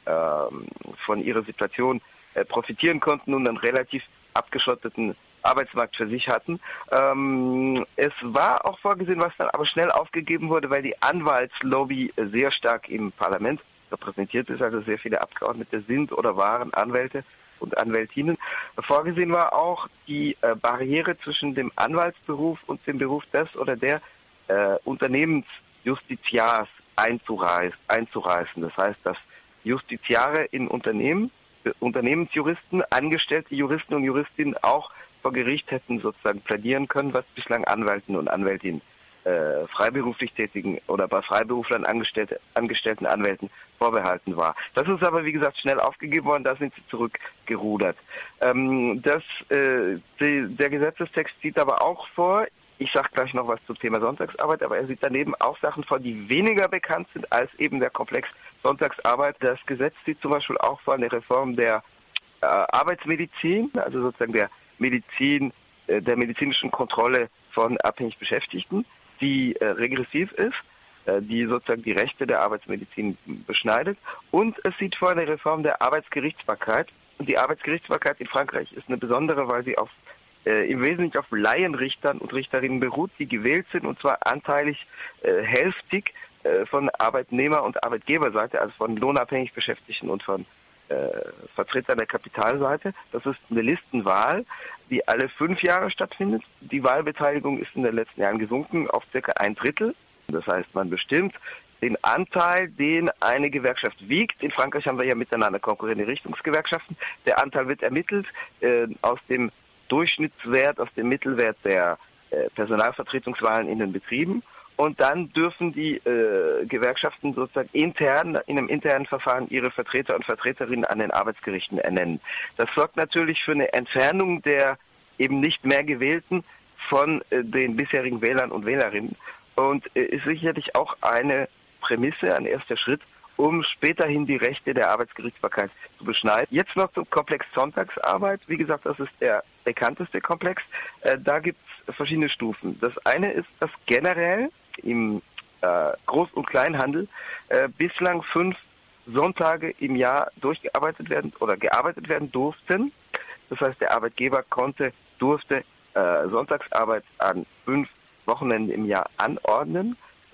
von ihrer Situation profitieren konnten und einen relativ abgeschotteten Arbeitsmarkt für sich hatten. Es war auch vorgesehen, was dann aber schnell aufgegeben wurde, weil die Anwaltslobby sehr stark im Parlament repräsentiert ist, also sehr viele Abgeordnete sind oder waren Anwälte und Anwältinnen. Vorgesehen war auch die Barriere zwischen dem Anwaltsberuf und dem Beruf des oder der Unternehmensjustiziars einzureißen. Das heißt, dass Justiziare in Unternehmen, Unternehmensjuristen, angestellte Juristen und Juristinnen auch vor Gericht hätten sozusagen plädieren können, was bislang Anwälten und Anwältinnen freiberuflich tätigen oder bei Freiberuflern angestellten Anwälten vorbehalten war. Das ist aber, wie gesagt, schnell aufgegeben worden, da sind sie zurückgerudert. Der Gesetzestext sieht aber auch vor, Ich sage gleich noch was zum Thema Sonntagsarbeit, aber er sieht daneben auch Sachen vor, die weniger bekannt sind als eben der Komplex Sonntagsarbeit. Das Gesetz sieht zum Beispiel auch vor eine Reform der Arbeitsmedizin, also sozusagen der medizinischen Kontrolle von abhängig Beschäftigten, die regressiv ist, die sozusagen die Rechte der Arbeitsmedizin beschneidet. Und es sieht vor eine Reform der Arbeitsgerichtsbarkeit. Und die Arbeitsgerichtsbarkeit in Frankreich ist eine besondere, weil sie im Wesentlichen auf Laienrichtern und Richterinnen beruht, die gewählt sind, und zwar anteilig hälftig von Arbeitnehmer- und Arbeitgeberseite, also von lohnabhängig Beschäftigten und von Vertretern der Kapitalseite. Das ist eine Listenwahl, die alle 5 Jahre stattfindet. Die Wahlbeteiligung ist in den letzten Jahren gesunken auf circa 1/3. Das heißt, man bestimmt den Anteil, den eine Gewerkschaft wiegt. In Frankreich haben wir ja miteinander konkurrierende Richtungsgewerkschaften. Der Anteil wird ermittelt aus dem Durchschnittswert, aus dem Mittelwert der Personalvertretungswahlen in den Betrieben. Und dann dürfen die Gewerkschaften sozusagen in einem internen Verfahren ihre Vertreter und Vertreterinnen an den Arbeitsgerichten ernennen. Das sorgt natürlich für eine Entfernung der eben nicht mehr Gewählten von den bisherigen Wählern und Wählerinnen. Und ist sicherlich auch eine Prämisse, ein erster Schritt, um späterhin die Rechte der Arbeitsgerichtsbarkeit zu beschneiden. Jetzt noch zum Komplex Sonntagsarbeit. Wie gesagt, das ist der bekannteste Komplex. Da gibt es verschiedene Stufen. Das eine ist, dass generell im Groß- und Kleinhandel bislang 5 Sonntage im Jahr durchgearbeitet werden oder gearbeitet werden durften. Das heißt, der Arbeitgeber durfte Sonntagsarbeit an 5 Wochenenden im Jahr anordnen.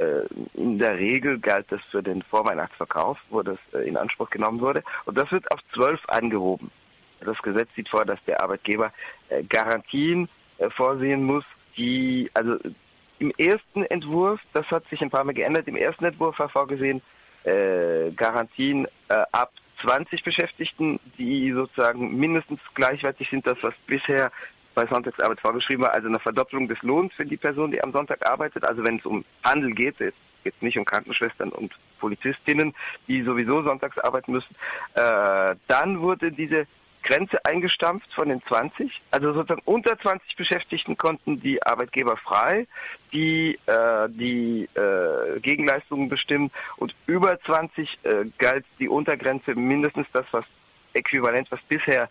In der Regel galt das für den Vorweihnachtsverkauf, wo das in Anspruch genommen wurde. Und das wird auf 12 angehoben. Das Gesetz sieht vor, dass der Arbeitgeber Garantien vorsehen muss, die, also im ersten Entwurf, das hat sich ein paar Mal geändert, im ersten Entwurf war vorgesehen, Garantien ab 20 Beschäftigten, die sozusagen mindestens gleichwertig sind, das was bisher bei Sonntagsarbeit vorgeschrieben war, also eine Verdopplung des Lohns für die Person, die am Sonntag arbeitet. Also wenn es um Handel geht, es geht nicht um Krankenschwestern und Polizistinnen, die sowieso sonntags arbeiten müssen. Dann wurde diese Grenze eingestampft von den 20. Also sozusagen unter 20 Beschäftigten konnten die Arbeitgeber frei die Gegenleistungen bestimmen, und über 20 galt die Untergrenze mindestens das, was äquivalent, was bisher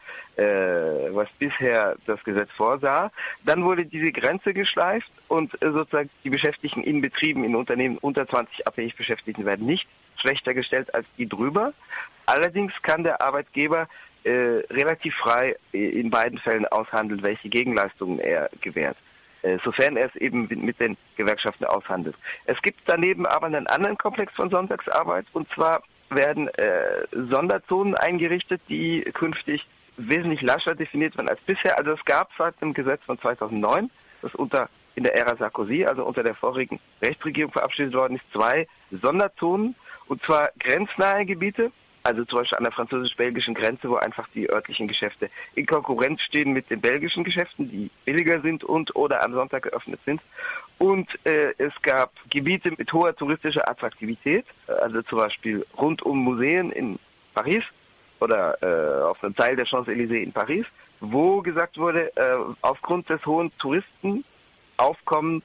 das Gesetz vorsah. Dann wurde diese Grenze geschleift und sozusagen die Beschäftigten in Betrieben, in Unternehmen unter 20 abhängig Beschäftigten werden nicht schlechter gestellt als die drüber. Allerdings kann der Arbeitgeber relativ frei in beiden Fällen aushandeln, welche Gegenleistungen er gewährt, sofern er es eben mit den Gewerkschaften aushandelt. Es gibt daneben aber einen anderen Komplex von Sonntagsarbeit, und zwar werden Sonderzonen eingerichtet, die künftig wesentlich lascher definiert werden als bisher. Also es gab seit dem Gesetz von 2009, das in der Ära Sarkozy, also unter der vorigen Rechtsregierung verabschiedet worden ist, 2 Sonderzonen, und zwar grenznahe Gebiete, also zum Beispiel an der französisch-belgischen Grenze, wo einfach die örtlichen Geschäfte in Konkurrenz stehen mit den belgischen Geschäften, die billiger sind und oder am Sonntag geöffnet sind. Und es gab Gebiete mit hoher touristischer Attraktivität, also zum Beispiel rund um Museen in Paris oder auf einem Teil der Champs-Élysées in Paris, wo gesagt wurde, aufgrund des hohen Touristenaufkommens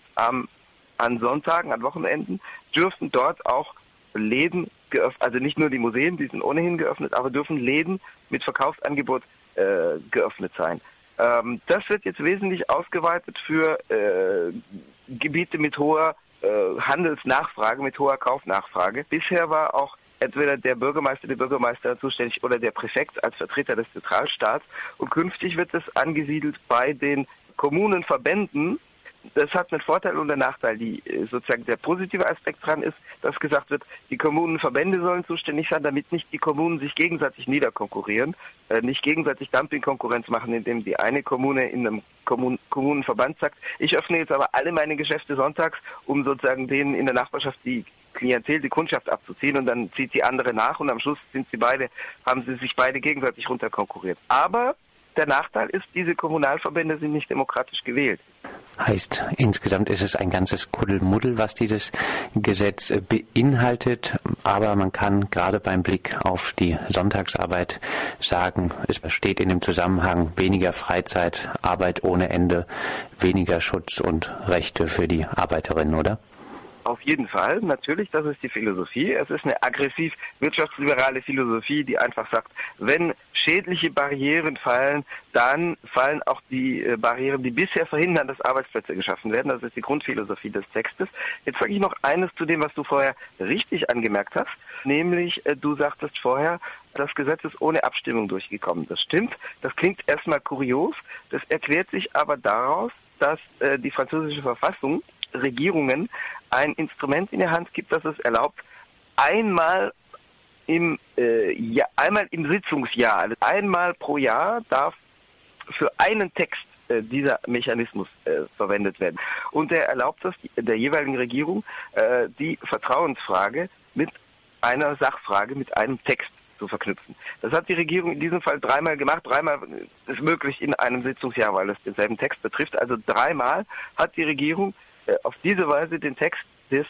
an Sonntagen, an Wochenenden, dürften dort auch Läden geöffnet, also nicht nur die Museen, die sind ohnehin geöffnet, aber dürfen Läden mit Verkaufsangebot geöffnet sein. Das wird jetzt wesentlich ausgeweitet für Gebiete mit hoher Handelsnachfrage, mit hoher Kaufnachfrage. Bisher war auch entweder der Bürgermeister, die Bürgermeisterin zuständig oder der Präfekt als Vertreter des Zentralstaats, und künftig wird es angesiedelt bei den Kommunenverbänden. Das hat einen Vorteil und einen Nachteil. Sozusagen der positive Aspekt dran ist, dass gesagt wird, die Kommunenverbände sollen zuständig sein, damit nicht die Kommunen sich gegenseitig niederkonkurrieren, nicht gegenseitig Dumpingkonkurrenz machen, indem die eine Kommune in einem Kommunenverband sagt, ich öffne jetzt aber alle meine Geschäfte sonntags, um sozusagen denen in der Nachbarschaft die Klientel, die Kundschaft abzuziehen, und dann zieht die andere nach, und am Schluss haben sie sich beide gegenseitig runterkonkurriert. Aber der Nachteil ist, diese Kommunalverbände sind nicht demokratisch gewählt. Heißt, insgesamt ist es ein ganzes Kuddelmuddel, was dieses Gesetz beinhaltet. Aber man kann gerade beim Blick auf die Sonntagsarbeit sagen, es steht in dem Zusammenhang weniger Freizeit, Arbeit ohne Ende, weniger Schutz und Rechte für die Arbeiterinnen, oder? Auf jeden Fall, natürlich, das ist die Philosophie. Es ist eine aggressiv wirtschaftsliberale Philosophie, die einfach sagt, wenn schädliche Barrieren fallen, dann fallen auch die Barrieren, die bisher verhindern, dass Arbeitsplätze geschaffen werden. Das ist die Grundphilosophie des Textes. Jetzt sage ich noch eines zu dem, was du vorher richtig angemerkt hast, nämlich du sagtest vorher, das Gesetz ist ohne Abstimmung durchgekommen. Das stimmt, das klingt erstmal kurios, das erklärt sich aber daraus, dass die französische Verfassung Regierungen ein Instrument in der Hand gibt, das es erlaubt, einmal im Sitzungsjahr, also einmal pro Jahr darf für einen Text dieser Mechanismus verwendet werden. Und er erlaubt es der jeweiligen Regierung, die Vertrauensfrage mit einer Sachfrage, mit einem Text zu verknüpfen. Das hat die Regierung in diesem Fall 3-mal gemacht. 3-mal ist möglich in einem Sitzungsjahr, weil es denselben Text betrifft. Also 3-mal hat die Regierung auf diese Weise den Text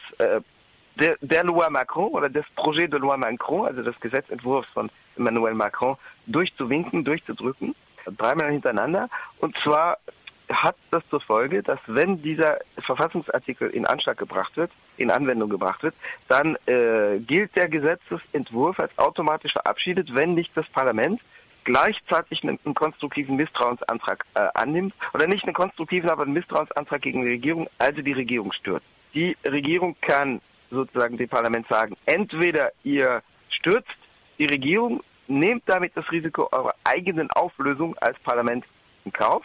der Loi Macron oder des Projet de Loi Macron, also des Gesetzentwurfs von Emmanuel Macron, durchzuwinken, durchzudrücken, 3-mal hintereinander. Und zwar hat das zur Folge, dass wenn dieser Verfassungsartikel in Anwendung gebracht wird, dann gilt der Gesetzesentwurf als automatisch verabschiedet, wenn nicht das Parlament gleichzeitig einen konstruktiven Misstrauensantrag annimmt, oder nicht einen konstruktiven, aber einen Misstrauensantrag gegen die Regierung, also die Regierung stürzt. Die Regierung kann sozusagen dem Parlament sagen, entweder ihr stürzt die Regierung, nehmt damit das Risiko eurer eigenen Auflösung als Parlament in Kauf,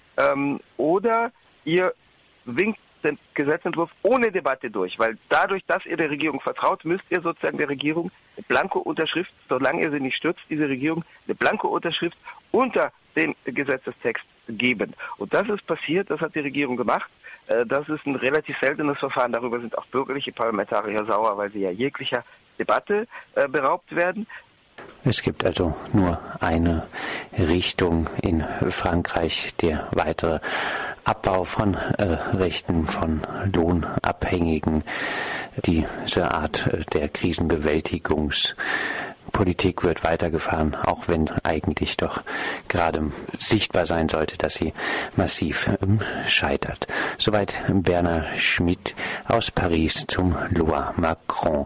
oder ihr winkt den Gesetzentwurf ohne Debatte durch, weil dadurch, dass ihr der Regierung vertraut, müsst ihr sozusagen der Regierung eine Blanko-Unterschrift, solange ihr sie nicht stürzt, diese Regierung eine Blanko-Unterschrift unter den Gesetzestext geben. Und das ist passiert, das hat die Regierung gemacht. Das ist ein relativ seltenes Verfahren, darüber sind auch bürgerliche Parlamentarier sauer, weil sie ja jeglicher Debatte beraubt werden. Es gibt also nur eine Richtung in Frankreich, der weitere Abbau von Rechten von Lohnabhängigen. Diese Art der Krisenbewältigungspolitik wird weitergefahren, auch wenn eigentlich doch gerade sichtbar sein sollte, dass sie massiv scheitert. Soweit Bernard Schmidt aus Paris zum Loi Macron.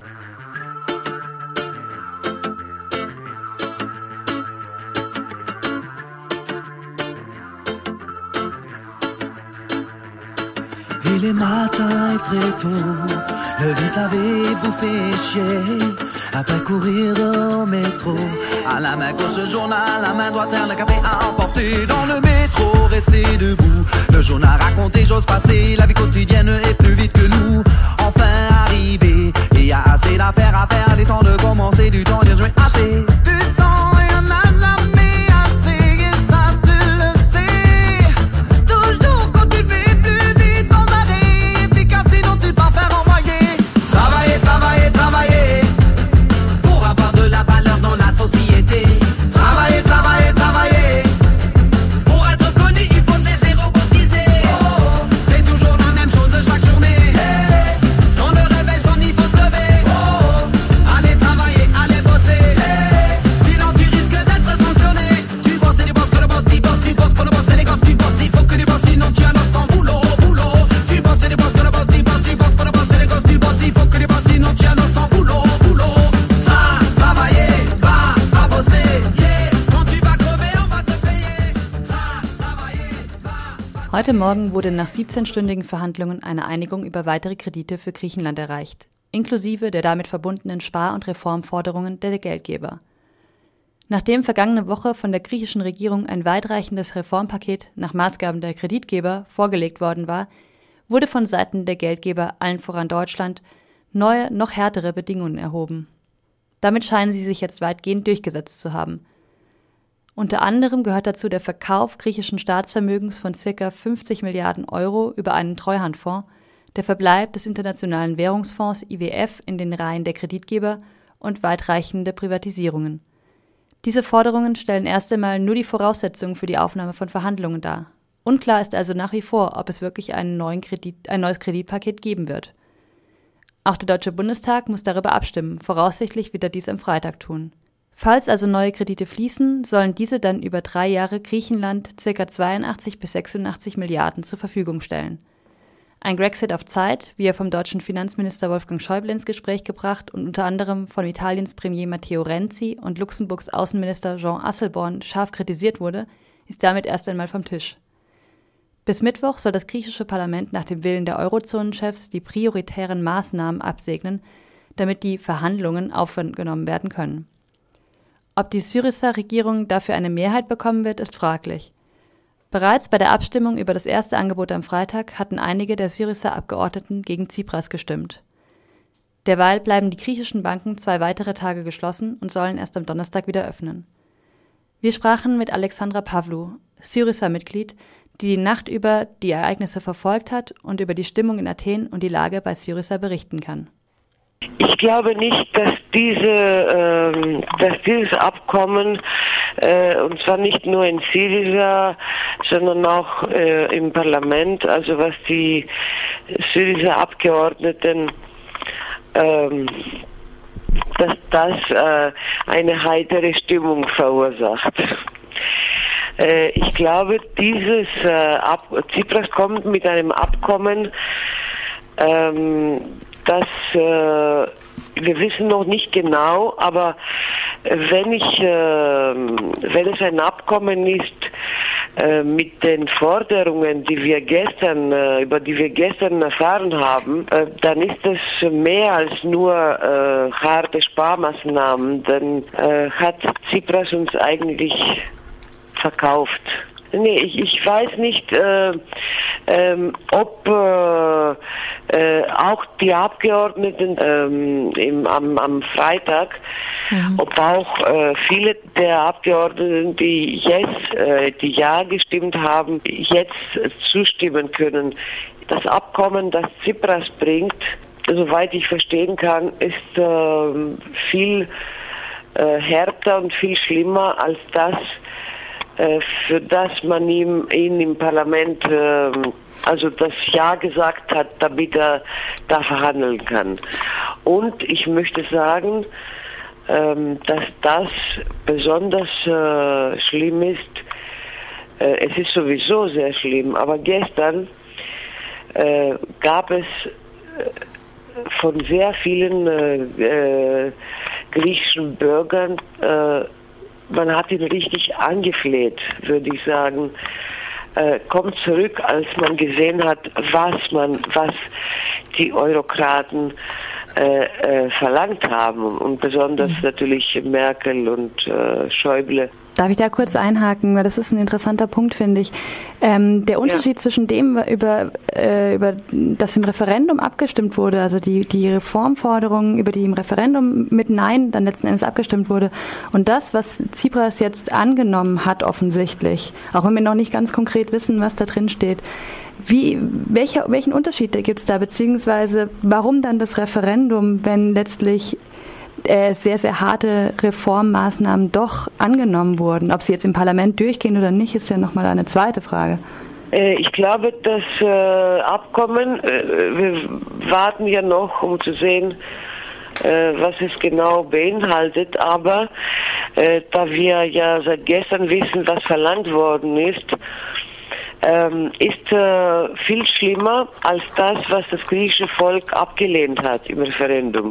Il est matin et très tôt, le vice l'avait bouffé chier. Après courir au métro, à la main gauche le journal, à la main droite le café à emporter. Dans le métro, rester debout, le journal raconté, j'ose passer. La vie quotidienne est plus vite que nous, enfin arrivé. Et y a assez d'affaires à faire, les temps de commencer, du temps d'y jouer assez. Du temps, y en a jamais assez, et ça tu le sais. Toujours continuer plus vite sans arrêt, efficace sinon tu vas faire envoyer. Travailler, travailler, travailler, pour avoir de la valeur dans la société. Travailler, travailler, travailler, pour être connu il faut des zéros baptisés. Oh, c'est toujours la même chose chaque journée. Hey, quand le réveil sonne il faut se lever. Oh, allez travailler, allez bosser. Hey, sinon tu risques d'être sanctionné. Tu bosses et tu bosses que le boss dit boss. Tu bosses pour le boss et les gosses du boss. Il faut que tu bosses sinon tu as l'instant boulot, boulot. Tu bosses et tu bosses que le boss dit boss. Tu bosses pour le boss et les gosses du boss. Il faut que tu bosses sinon tu as l'instant boulot, boulot. Travailler, va bosser. Yeah, quand tu vas crever on va te payer. Travailler, va. Heute Morgen wurde nach 17-stündigen Verhandlungen eine Einigung über weitere Kredite für Griechenland erreicht, inklusive der damit verbundenen Spar- und Reformforderungen der Geldgeber. Nachdem vergangene Woche von der griechischen Regierung ein weitreichendes Reformpaket nach Maßgaben der Kreditgeber vorgelegt worden war, wurde von Seiten der Geldgeber, allen voran Deutschland, neue, noch härtere Bedingungen erhoben. Damit scheinen sie sich jetzt weitgehend durchgesetzt zu haben. Unter anderem gehört dazu der Verkauf griechischen Staatsvermögens von ca. 50 Milliarden Euro über einen Treuhandfonds, der Verbleib des Internationalen Währungsfonds IWF in den Reihen der Kreditgeber und weitreichende Privatisierungen. Diese Forderungen stellen erst einmal nur die Voraussetzungen für die Aufnahme von Verhandlungen dar. Unklar ist also nach wie vor, ob es wirklich ein neues Kreditpaket geben wird. Auch der Deutsche Bundestag muss darüber abstimmen, voraussichtlich wird er dies am Freitag tun. Falls also neue Kredite fließen, sollen diese dann über 3 Jahre Griechenland ca. 82 bis 86 Milliarden zur Verfügung stellen. Ein Grexit auf Zeit, wie er vom deutschen Finanzminister Wolfgang Schäuble ins Gespräch gebracht und unter anderem von Italiens Premier Matteo Renzi und Luxemburgs Außenminister Jean Asselborn scharf kritisiert wurde, ist damit erst einmal vom Tisch. Bis Mittwoch soll das griechische Parlament nach dem Willen der Eurozonenchefs die prioritären Maßnahmen absegnen, damit die Verhandlungen aufgenommen werden können. Ob die Syriza-Regierung dafür eine Mehrheit bekommen wird, ist fraglich. Bereits bei der Abstimmung über das erste Angebot am Freitag hatten einige der Syriza-Abgeordneten gegen Tsipras gestimmt. Derweil bleiben die griechischen Banken 2 weitere Tage geschlossen und sollen erst am Donnerstag wieder öffnen. Wir sprachen mit Alexandra Pavlou, Syriza-Mitglied, die Nacht über die Ereignisse verfolgt hat und über die Stimmung in Athen und die Lage bei Syriza berichten kann. Ich glaube nicht, dass dieses Abkommen, und zwar nicht nur in Syriza, sondern auch im Parlament, also was die Syriza-Abgeordneten, dass das eine heitere Stimmung verursacht. Ich glaube, Tsipras kommt mit einem Abkommen, das wir wissen noch nicht genau, aber wenn es ein Abkommen ist mit den Forderungen, über die wir gestern erfahren haben, dann ist es mehr als nur harte Sparmaßnahmen. Dann hat Tsipras uns eigentlich verkauft. Nee, ich weiß nicht, ob auch die Abgeordneten am Freitag, ob auch viele der Abgeordneten, die jetzt die Ja gestimmt haben, jetzt zustimmen können. Das Abkommen, das Tsipras bringt, soweit ich verstehen kann, ist viel härter und viel schlimmer als das, für das man ihn im Parlament also das Ja gesagt hat, damit er da verhandeln kann. Und ich möchte sagen, dass das besonders schlimm ist. Es ist sowieso sehr schlimm, aber gestern gab es von sehr vielen griechischen Bürgern, man hat ihn richtig angefleht, würde ich sagen. Kommt zurück, als man gesehen hat, was die Eurokraten verlangt haben und besonders natürlich Merkel und Schäuble. Darf ich da kurz einhaken, weil das ist ein interessanter Punkt, finde ich. Der Unterschied zwischen dem, über das im Referendum abgestimmt wurde, also die Reformforderungen, über die im Referendum mit Nein dann letzten Endes abgestimmt wurde, und das, was Tsipras jetzt angenommen hat offensichtlich, auch wenn wir noch nicht ganz konkret wissen, was da drin steht. Welchen Unterschied gibt es da, beziehungsweise warum dann das Referendum, wenn letztlich sehr, sehr harte Reformmaßnahmen doch angenommen wurden? Ob sie jetzt im Parlament durchgehen oder nicht, ist ja nochmal eine zweite Frage. Ich glaube, das Abkommen, wir warten ja noch, um zu sehen, was es genau beinhaltet, aber da wir ja seit gestern wissen, was verlangt worden ist viel schlimmer als das, was das griechische Volk abgelehnt hat im Referendum.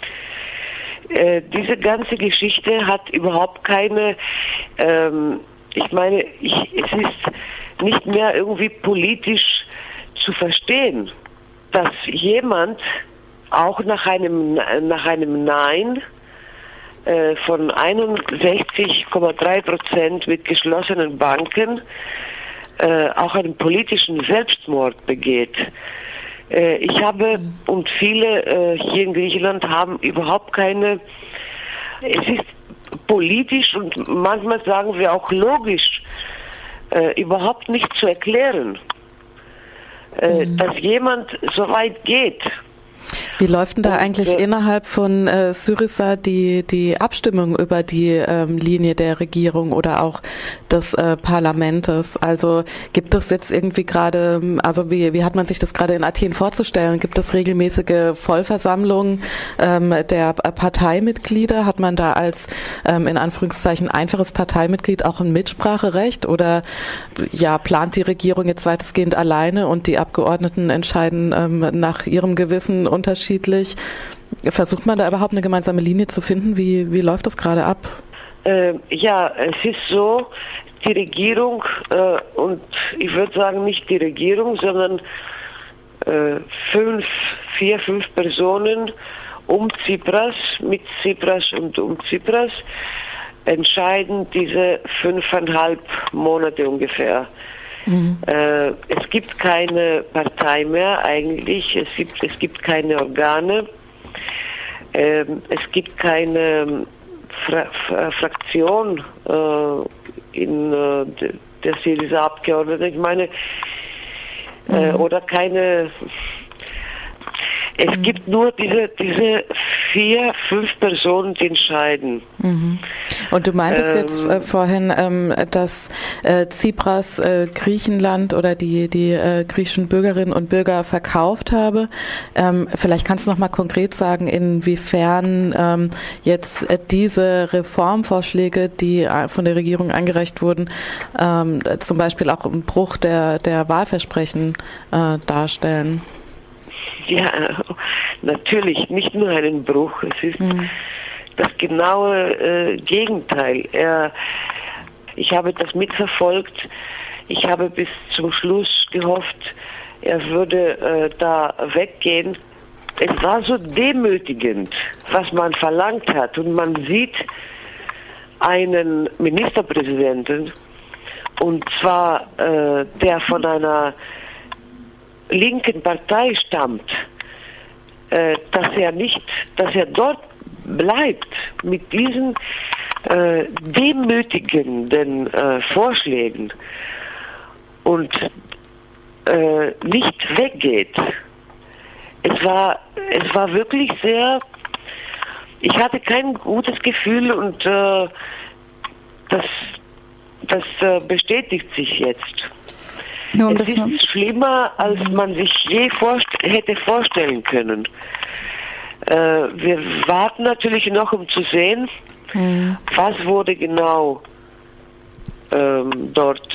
Diese ganze Geschichte hat überhaupt keine, es ist nicht mehr irgendwie politisch zu verstehen, dass jemand auch nach einem Nein von 61,3% mit geschlossenen Banken auch einen politischen Selbstmord begeht. Ich habe und viele hier in Griechenland haben überhaupt keine, es ist politisch und manchmal sagen wir auch logisch überhaupt nicht zu erklären, dass jemand so weit geht. Wie läuft denn da eigentlich innerhalb von Syriza die Abstimmung über die Linie der Regierung oder auch des Parlamentes? Also gibt es jetzt irgendwie gerade, also wie hat man sich das gerade in Athen vorzustellen? Gibt es regelmäßige Vollversammlungen der Parteimitglieder? Hat man da als in Anführungszeichen einfaches Parteimitglied auch ein Mitspracherecht oder plant die Regierung jetzt weitestgehend alleine und die Abgeordneten entscheiden nach ihrem Gewissen unterschiedlich? Versucht man da überhaupt eine gemeinsame Linie zu finden? Wie läuft das gerade ab? Es ist so, die Regierung und ich würde sagen nicht die Regierung, sondern 5 Personen um Tsipras, mit Tsipras und um Tsipras entscheiden diese 5,5 Monate ungefähr. Es gibt keine Partei mehr eigentlich, es gibt keine Organe, es gibt keine Fraktion in der Syriza-Abgeordneten, ich meine, oder keine. Es gibt nur diese 4, 5 Personen, die entscheiden. Und du meintest jetzt vorhin, dass Tsipras Griechenland oder die griechischen Bürgerinnen und Bürger verkauft habe. Vielleicht kannst du noch mal konkret sagen, inwiefern jetzt diese Reformvorschläge, die von der Regierung eingereicht wurden, zum Beispiel auch einen Bruch der Wahlversprechen darstellen. Ja, natürlich, nicht nur einen Bruch, es ist das genaue Gegenteil. Ich habe das mitverfolgt, ich habe bis zum Schluss gehofft, er würde da weggehen. Es war so demütigend, was man verlangt hat, und man sieht einen Ministerpräsidenten, und zwar der von einer linken Partei stammt, dass er dort bleibt mit diesen demütigenden Vorschlägen und nicht weggeht. Es war wirklich sehr, ich hatte kein gutes Gefühl, und das bestätigt sich jetzt. Es ist schlimmer, als man sich je hätte vorstellen können. Wir warten natürlich noch, um zu sehen, was wurde genau dort,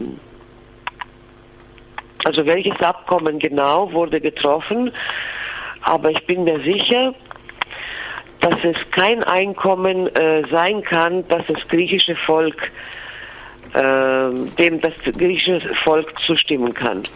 also welches Abkommen genau wurde getroffen. Aber ich bin mir sicher, dass es kein Einkommen sein kann, dass das griechische Volk dem das griechische Volk zustimmen kann.